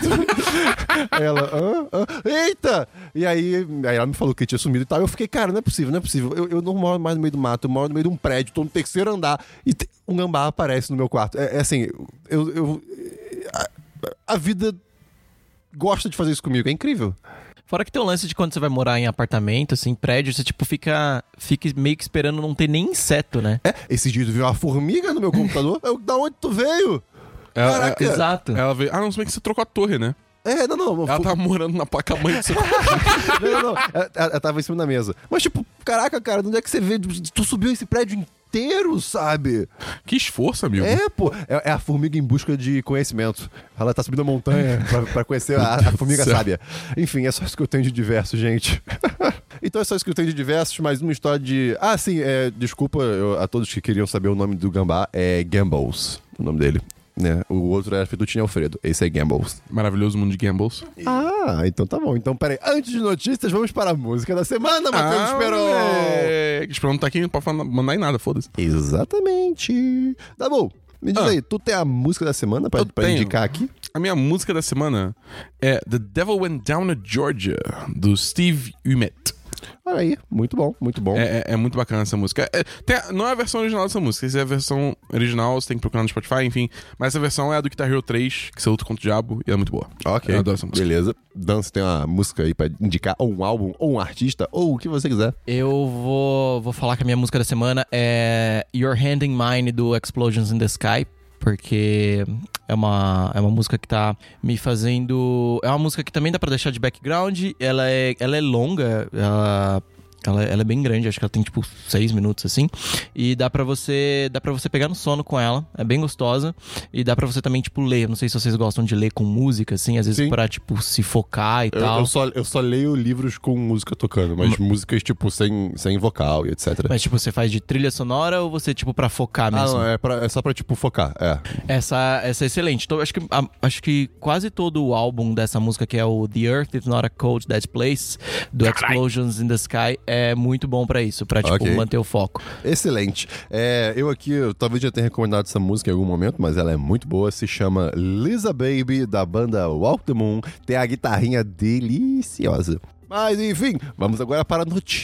Aí ela, hã? Hã? Eita! E aí, aí ela me falou que tinha sumido e tal. Eu fiquei, cara, não é possível, não é possível. Eu, eu não moro mais no meio do mato, eu moro no meio de um prédio, tô no terceiro andar e te, um gambá aparece no meu quarto. É, é assim, eu. eu a, a vida gosta de fazer isso comigo, é incrível. Fora que tem o lance de quando você vai morar em apartamento, assim, prédio, você, tipo, fica, fica meio que esperando não ter nem inseto, né? É, esses dias eu vi uma formiga no meu computador. Eu, da onde tu veio? Ela, Caraca. ela, Exato. Ela veio... Ah, não, se bem que você trocou a torre, né? É, não, não. Ela tava morando na placa-mãe do seu... Não, não, não. Ela, ela tava em cima da mesa. Mas, tipo, caraca, cara, onde é que você vê? Tu subiu esse prédio inteiro, sabe? Que esforço, amigo. É, pô. É, é a formiga em busca de conhecimento. Ela tá subindo a montanha pra, pra conhecer a, a formiga sábia. Enfim, é só isso que eu tenho de diverso, gente. Então é só isso que eu tenho de diversos, mais uma história de... Ah, sim, é, desculpa eu, a todos que queriam saber o nome do gambá. É Gambles, o nome dele. Né? O outro era Fettuccine Alfredo. Esse é Gambles. Maravilhoso mundo de Gambles. Ah, então tá bom. Então, peraí. Antes de notícias, vamos para a música da semana, Matheus ah, Esperon. É... Esperon não tá aqui, não pode mandar em nada, foda-se. Exatamente. Tá bom. Me diz ah. aí, tu tem a música da semana pra, pra indicar aqui? A minha música da semana é The Devil Went Down to Georgia, do Steve Umet. Olha aí, muito bom, muito bom. É, é, é muito bacana essa música. É, tem, não é a versão original dessa música. Essa é a versão original, você tem que procurar no Spotify, enfim. Mas essa versão é a do Guitar Hero três, que você luta contra o diabo, e é muito boa. Ok, eu adoro essa música. Beleza. Dan, você tem uma música aí pra indicar, ou um álbum, ou um artista, ou o que você quiser. Eu vou, vou falar que a minha música da semana é Your Hand in Mine, do Explosions in the Sky. Porque é uma, é uma música que tá me fazendo... É uma música que também dá pra deixar de background. Ela é, ela é longa. Ela, Ela, ela é bem grande, acho que ela tem tipo seis minutos assim. E dá pra você dá para você pegar no sono com ela. É bem gostosa. E dá pra você também, tipo, ler. Não sei se vocês gostam de ler com música, assim, às vezes Sim. pra, tipo, se focar e Eu, tal. eu, só, eu só leio livros com música tocando, mas músicas, tipo, sem, sem vocal e etcétera. Mas, tipo, você faz de trilha sonora ou você, tipo, pra focar Ah, mesmo? não, é, pra- é só pra, tipo, focar, é. Essa, essa é excelente. Então, acho que, a- acho que quase todo o álbum dessa música, que é o The Earth is Not a Cold Dead Place, do Explosions in the Sky, é muito bom pra isso, pra, tipo, Ok. manter o foco. Excelente. É, eu aqui, eu talvez já tenha recomendado essa música em algum momento, mas ela é muito boa. Se chama Lisa Baby, da banda Walk the Moon. Tem a guitarrinha deliciosa. Mas, enfim, vamos agora para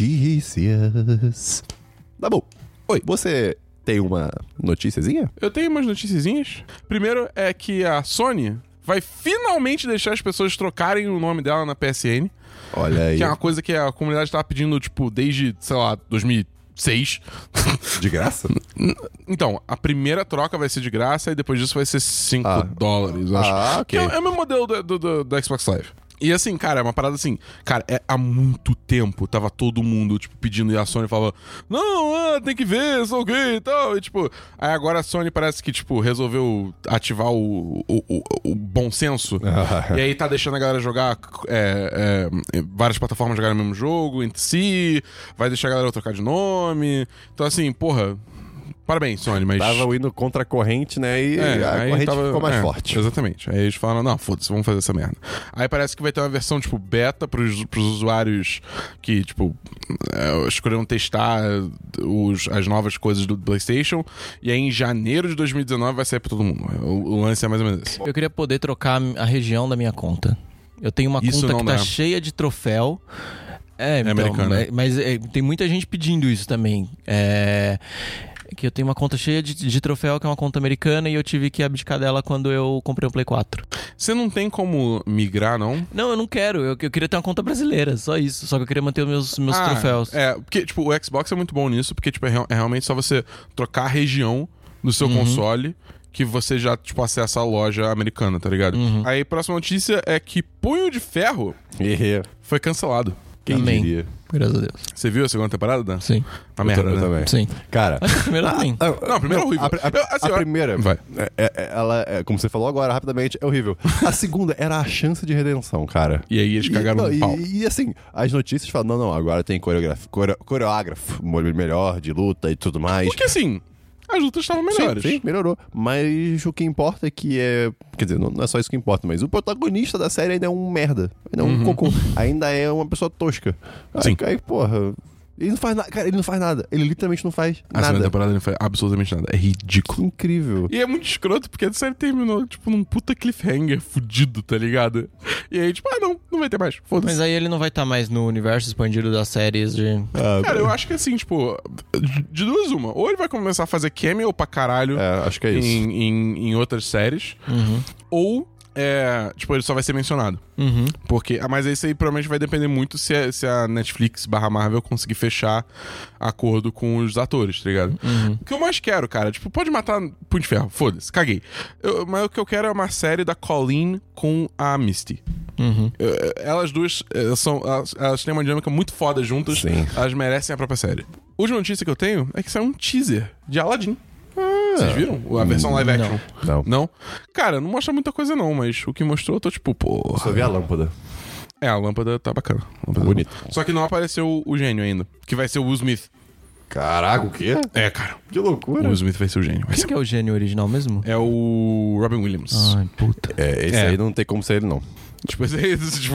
notícias. Tá bom. Oi, você tem uma noticiazinha? Eu tenho umas noticiazinhas. Primeiro é que a Sony vai finalmente deixar as pessoas trocarem o nome dela na P S N. Olha aí. Que é uma coisa que a comunidade tava pedindo, tipo, desde, sei lá, dois mil e seis. De graça? Então, a primeira troca vai ser de graça e depois disso vai ser cinco Ah. dólares, eu acho. Ah, ok. Que é, é o mesmo modelo do, do, do, do Xbox Live. E assim, cara, é uma parada assim, cara, é, há muito tempo tava todo mundo, tipo, pedindo e a Sony falava, não, ah, tem que ver, sou gay e tal. E tipo, aí agora a Sony parece que, tipo, resolveu ativar o, o, o, o bom senso. E aí tá deixando a galera jogar é, é, várias plataformas jogarem o mesmo jogo entre si, vai deixar a galera trocar de nome. Então assim, porra, parabéns, Sony, mas... Tava indo contra a corrente, né? E É, a aí corrente tava- ficou mais é, forte. Exatamente. Aí eles falaram, não, foda-se, vamos fazer essa merda. Aí parece que vai ter uma versão, tipo, beta pros, pros usuários que, tipo, é, escolheram testar os, as novas coisas do PlayStation. E aí em janeiro de dois mil e dezenove vai sair pra todo mundo. O, o lance é mais ou menos esse. Eu queria poder trocar a região da minha conta. Eu tenho uma Isso conta não que tá dá. cheia de troféu. É, então, americana. é, mas é, tem muita gente pedindo isso também. É, que eu tenho uma conta cheia de, de troféu, que é uma conta americana, e eu tive que abdicar dela quando eu comprei o Play quatro. Você não tem como migrar, não? Não, eu não quero. Eu, eu queria ter uma conta brasileira, só isso. Só que eu queria manter os meus, meus Ah, troféus. É, porque, tipo, o Xbox é muito bom nisso, porque, tipo, é, real- é realmente só você trocar a região do seu console que você já, tipo, acessa a loja americana, tá ligado? Aí, próxima notícia é que Punho de Ferro foi cancelado. Quem Amém. diria? Graças a Deus. Você viu a segunda temporada, Dan? Sim. Uma merda, Eu né? também. Sim. Cara... Acho que a primeira também. Ah, Não, a primeira é horrível. A, a- Eu, assim, a eu- primeira, Vai. é- é- ela, é, como você falou agora, rapidamente, é horrível. A segunda era a chance de redenção, cara. E aí eles cagaram não, no pau. E, e, assim, as notícias falam, não, não, agora tem coreógrafo, core, coreógrafo melhor de luta e tudo mais. Porque assim, as lutas estavam melhores. Sim, sim, melhorou. Mas o que importa é que é... Quer dizer, não, não é só isso que importa, mas o protagonista da série ainda é um merda. Ainda é um cocô. Ainda é uma pessoa tosca. Aí, Sim. aí, porra... Ele não faz nada. Cara, ele não faz nada. Ele literalmente não faz A segunda nada. temporada não foi absolutamente nada. É ridículo. Incrível. E é muito escroto, porque a série terminou, tipo, num puta cliffhanger fudido, tá ligado? E aí, tipo, ah, não, não vai ter mais. Foda-se. Mas aí ele não vai estar mais no universo expandido das séries de... Ah, Cara, eu acho que assim, tipo, de duas uma. Ou ele vai começar a fazer cameo pra caralho É, acho que é isso. em, em, em outras séries. Ou, é, tipo, ele só vai ser mencionado. Uhum. Porque, ah, mas isso aí provavelmente vai depender muito se a, se a Netflix barra Marvel conseguir fechar acordo com os atores, tá ligado? O que eu mais quero, cara, tipo, pode matar Punho de Ferro, foda-se, caguei. Eu- mas o que eu quero é uma série da Colleen com a Misty. Uhum. Eu- Elas duas eh, são. Elas, elas têm uma dinâmica muito foda juntas. Sim. Elas merecem a própria série. A última notícia que eu tenho é que saiu um teaser de Aladdin. Vocês viram? A versão live action? Não. Não? Cara, não mostra muita coisa não, mas o que mostrou eu tô tipo, porra. Só vi a lâmpada. É, a lâmpada tá bacana. A lâmpada Bonito. tá boa. Só que não apareceu o gênio ainda. Que vai ser o Will Smith. Caraca, o quê? É, cara. Que O loucura. Will Smith vai ser o gênio. Vai Quem ser... que é o gênio original mesmo? É o Robin Williams. Ai, puta. É, esse É. aí não tem como ser ele, não. Tipo, esse, esse, tipo...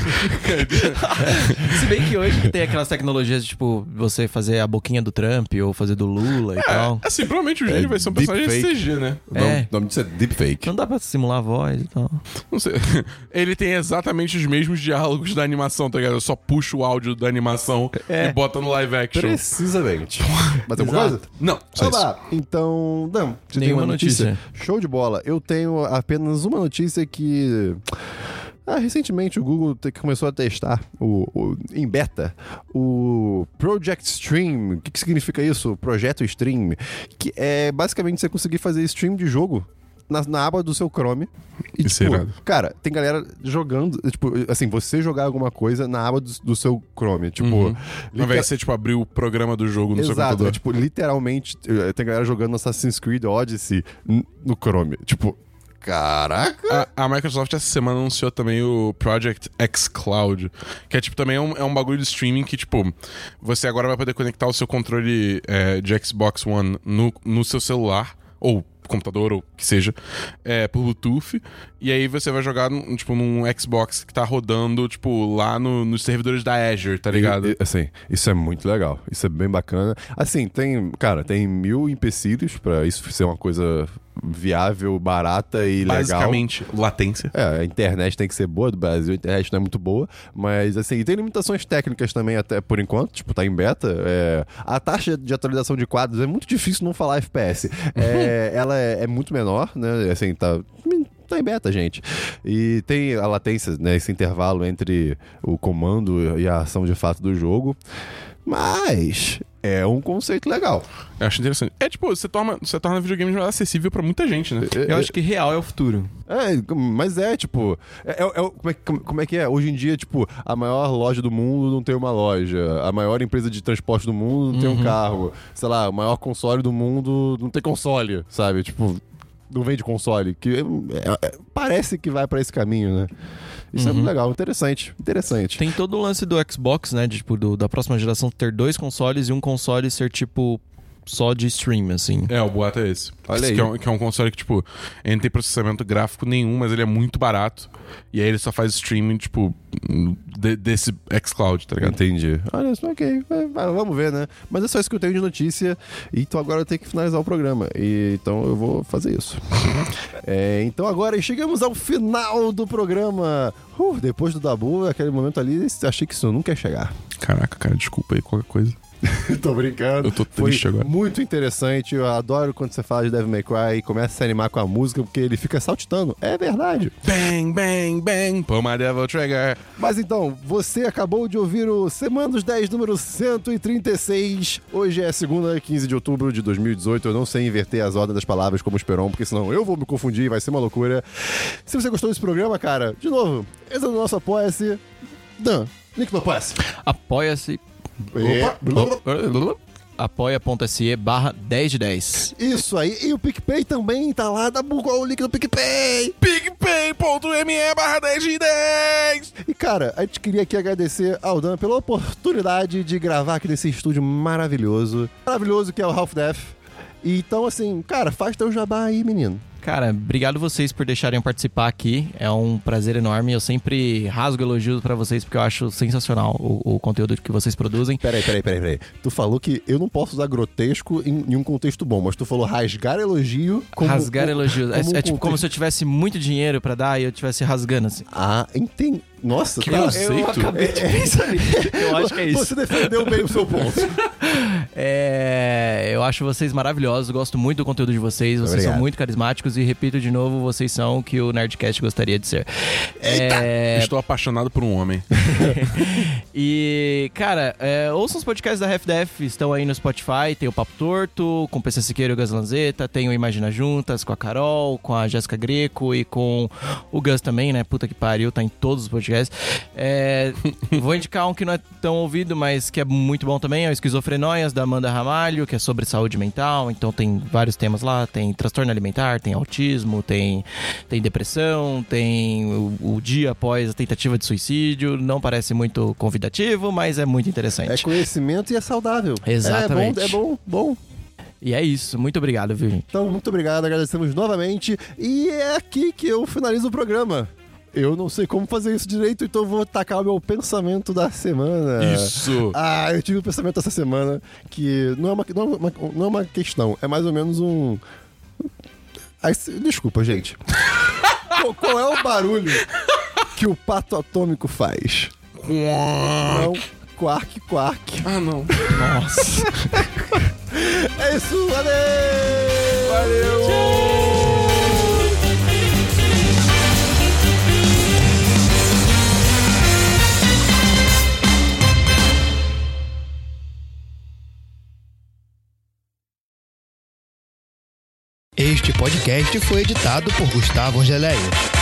Se bem que hoje tem aquelas tecnologias de, tipo, você fazer a boquinha do Trump ou fazer do Lula e tal. é, assim, provavelmente o gênio É vai ser um personagem C deepfake. G, né? O nome, É. o nome disso é Deepfake. Não dá pra simular a voz e tal. Não sei. Ele tem exatamente os mesmos diálogos da animação, tá ligado? Eu só puxo o áudio da animação É. e bota no live action. Precisamente. Mas tem alguma Exato. coisa? Não, só isso. Olá, então, Dan, você tem Nenhuma uma notícia? notícia. Show de bola. Eu tenho apenas uma notícia que... Ah, recentemente o Google te- começou a testar o, o- em beta o Project Stream. O que, que significa isso? Projeto Stream. Que é basicamente você conseguir fazer stream de jogo na, na aba do seu Chrome. E, Isso é tipo, irado. cara, tem galera jogando, tipo, assim, você jogar alguma coisa na aba do, do seu Chrome. Tipo, Uhum. Ao liter- invés de você, tipo, abrir o programa do jogo no seu Exato, computador. é, tipo, literalmente eh, tem galera jogando Assassin's Creed Odyssey n- no Chrome. Tipo, caraca! A, a Microsoft essa semana anunciou também o Project X Cloud, que é tipo também é um, é um bagulho de streaming que, tipo, você agora vai poder conectar o seu controle é, de Xbox One no, no seu celular, ou computador, ou o que seja, é, por Bluetooth, e aí você vai jogar, num, tipo, num Xbox que tá rodando, tipo, lá no, nos servidores da Azure, tá ligado? E- e, assim, isso é muito legal. Isso é bem bacana. Assim, tem, cara, tem mil empecilhos pra isso ser uma coisa viável, barata e legal. Basicamente, latência. É, a internet tem que ser boa do Brasil, a internet não é muito boa, mas assim, tem limitações técnicas também até por enquanto, tipo, tá em beta. É, a taxa de atualização de quadros é muito difícil não falar F P S. É, ela é, é muito menor, né? Assim, tá. Tá em beta, gente. E tem a latência, né? Esse intervalo entre o comando e a ação de fato do jogo. Mas é um conceito legal. Eu acho interessante. É tipo, você torna, você torna videogames mais acessível pra muita gente, né? Eu acho que real é o futuro. É, mas é, tipo... É, é- é- como, é, como- como é que é? Hoje em dia, tipo, a maior loja do mundo não tem uma loja. A maior empresa de transporte do mundo não tem um carro. Sei lá, o maior console do mundo não tem console, sabe? Tipo, não vende console. Que é- é- parece que vai pra esse caminho, né? Isso é muito legal, interessante, interessante. Tem todo o lance do Xbox, né? De, tipo, do- da próxima geração ter dois consoles e um console ser, tipo, só de stream, assim. É, o boato é esse. Olha aí. Que é, um, que é um console que, tipo, ele não tem processamento gráfico nenhum, mas ele é muito barato. E aí ele só faz streaming, tipo, de- desse xCloud, tá ligado? Entendi. Olha, só ok. Vai- vai, vamos ver, né? Mas é só isso que eu tenho de notícia. Então agora eu tenho que finalizar o programa. E, então eu vou fazer isso. É, então agora chegamos ao final do programa. Uh, depois do Dabu, aquele momento ali, achei que isso nunca ia chegar. Caraca, cara, desculpa aí qualquer coisa. Tô brincando. Eu tô Foi triste agora. muito interessante. Eu adoro quando você fala de Devil May Cry e começa a se animar com a música, porque ele fica saltitando. É verdade. Bang, bang, bang, pull my devil trigger. Mas então, você acabou de ouvir o Semana dos dez, número cento e trinta e seis. Hoje é segunda, quinze de outubro de dois mil e dezoito. Eu não sei inverter as ordens das palavras como o Esperon, porque senão eu vou me confundir e vai ser uma loucura. Se você gostou desse programa, cara, de novo, entra no nosso Apoia-se. Dan, link no Apoia-se. Apoia-se. É. Apoia.se barra dez de dez. Isso aí. E o PicPay também tá lá. Dá qual o link do PicPay. PicPay.me barra dez de dez. E, cara, a gente queria aqui agradecer ao Dan pela oportunidade de gravar aqui nesse estúdio maravilhoso. Maravilhoso que é o Half Death. E, então, assim, cara, faz teu jabá aí, menino. Cara, obrigado vocês por deixarem eu participar aqui. É um prazer enorme. Eu sempre rasgo elogios pra vocês porque eu acho sensacional o, o conteúdo que vocês produzem. Peraí, peraí, peraí, peraí. Tu falou que eu não posso usar grotesco em, em um contexto bom, mas tu falou rasgar elogio como... Rasgar como- elogios. É, como um é tipo como contexto- se eu tivesse muito dinheiro pra dar e eu estivesse rasgando, assim. Ah, entendi. Nossa, Que tá. conceito. Eu acabei de pensar nisso. Eu acho que é isso. Você defendeu bem o seu ponto. É, eu acho vocês maravilhosos, gosto muito do conteúdo de vocês, vocês Obrigado. são muito carismáticos e repito de novo, vocês são o que o Nerdcast gostaria de ser. É, Estou apaixonado por um homem. e, cara, é, ouçam os podcasts da Half Def, estão aí no Spotify, tem o Papo Torto, com o P C Siqueira e o Gus Lanzetta, tem o Imagina Juntas com a Carol, com a Jéssica Greco e com o Gus também, né? Puta que pariu, tá em todos os podcasts. É, vou indicar um que não é tão ouvido, mas que é muito bom também, é o Esquizofrenóias, da Amanda Ramalho, que é sobre saúde mental, então tem vários temas lá, tem transtorno alimentar, tem autismo, tem, tem depressão, tem o, o dia após a tentativa de suicídio, não parece muito convidativo, mas é muito É interessante. conhecimento e é saudável. Exatamente. É bom, é bom, bom. E é isso, muito obrigado, viu, gente? Então, muito obrigado, agradecemos novamente. E é aqui que eu finalizo o programa. Eu não sei como fazer isso direito, então eu vou tacar o meu pensamento da semana. Isso. Ah, eu tive um pensamento essa semana que não é uma, não é uma, não é uma questão, é mais ou menos um... Ai, se- desculpa, gente. qual, qual é o barulho que o pato atômico faz? Não, quark, quark. Ah, não. Nossa. É isso, valeu! Valeu! Este podcast foi editado por Gustavo Angeléia.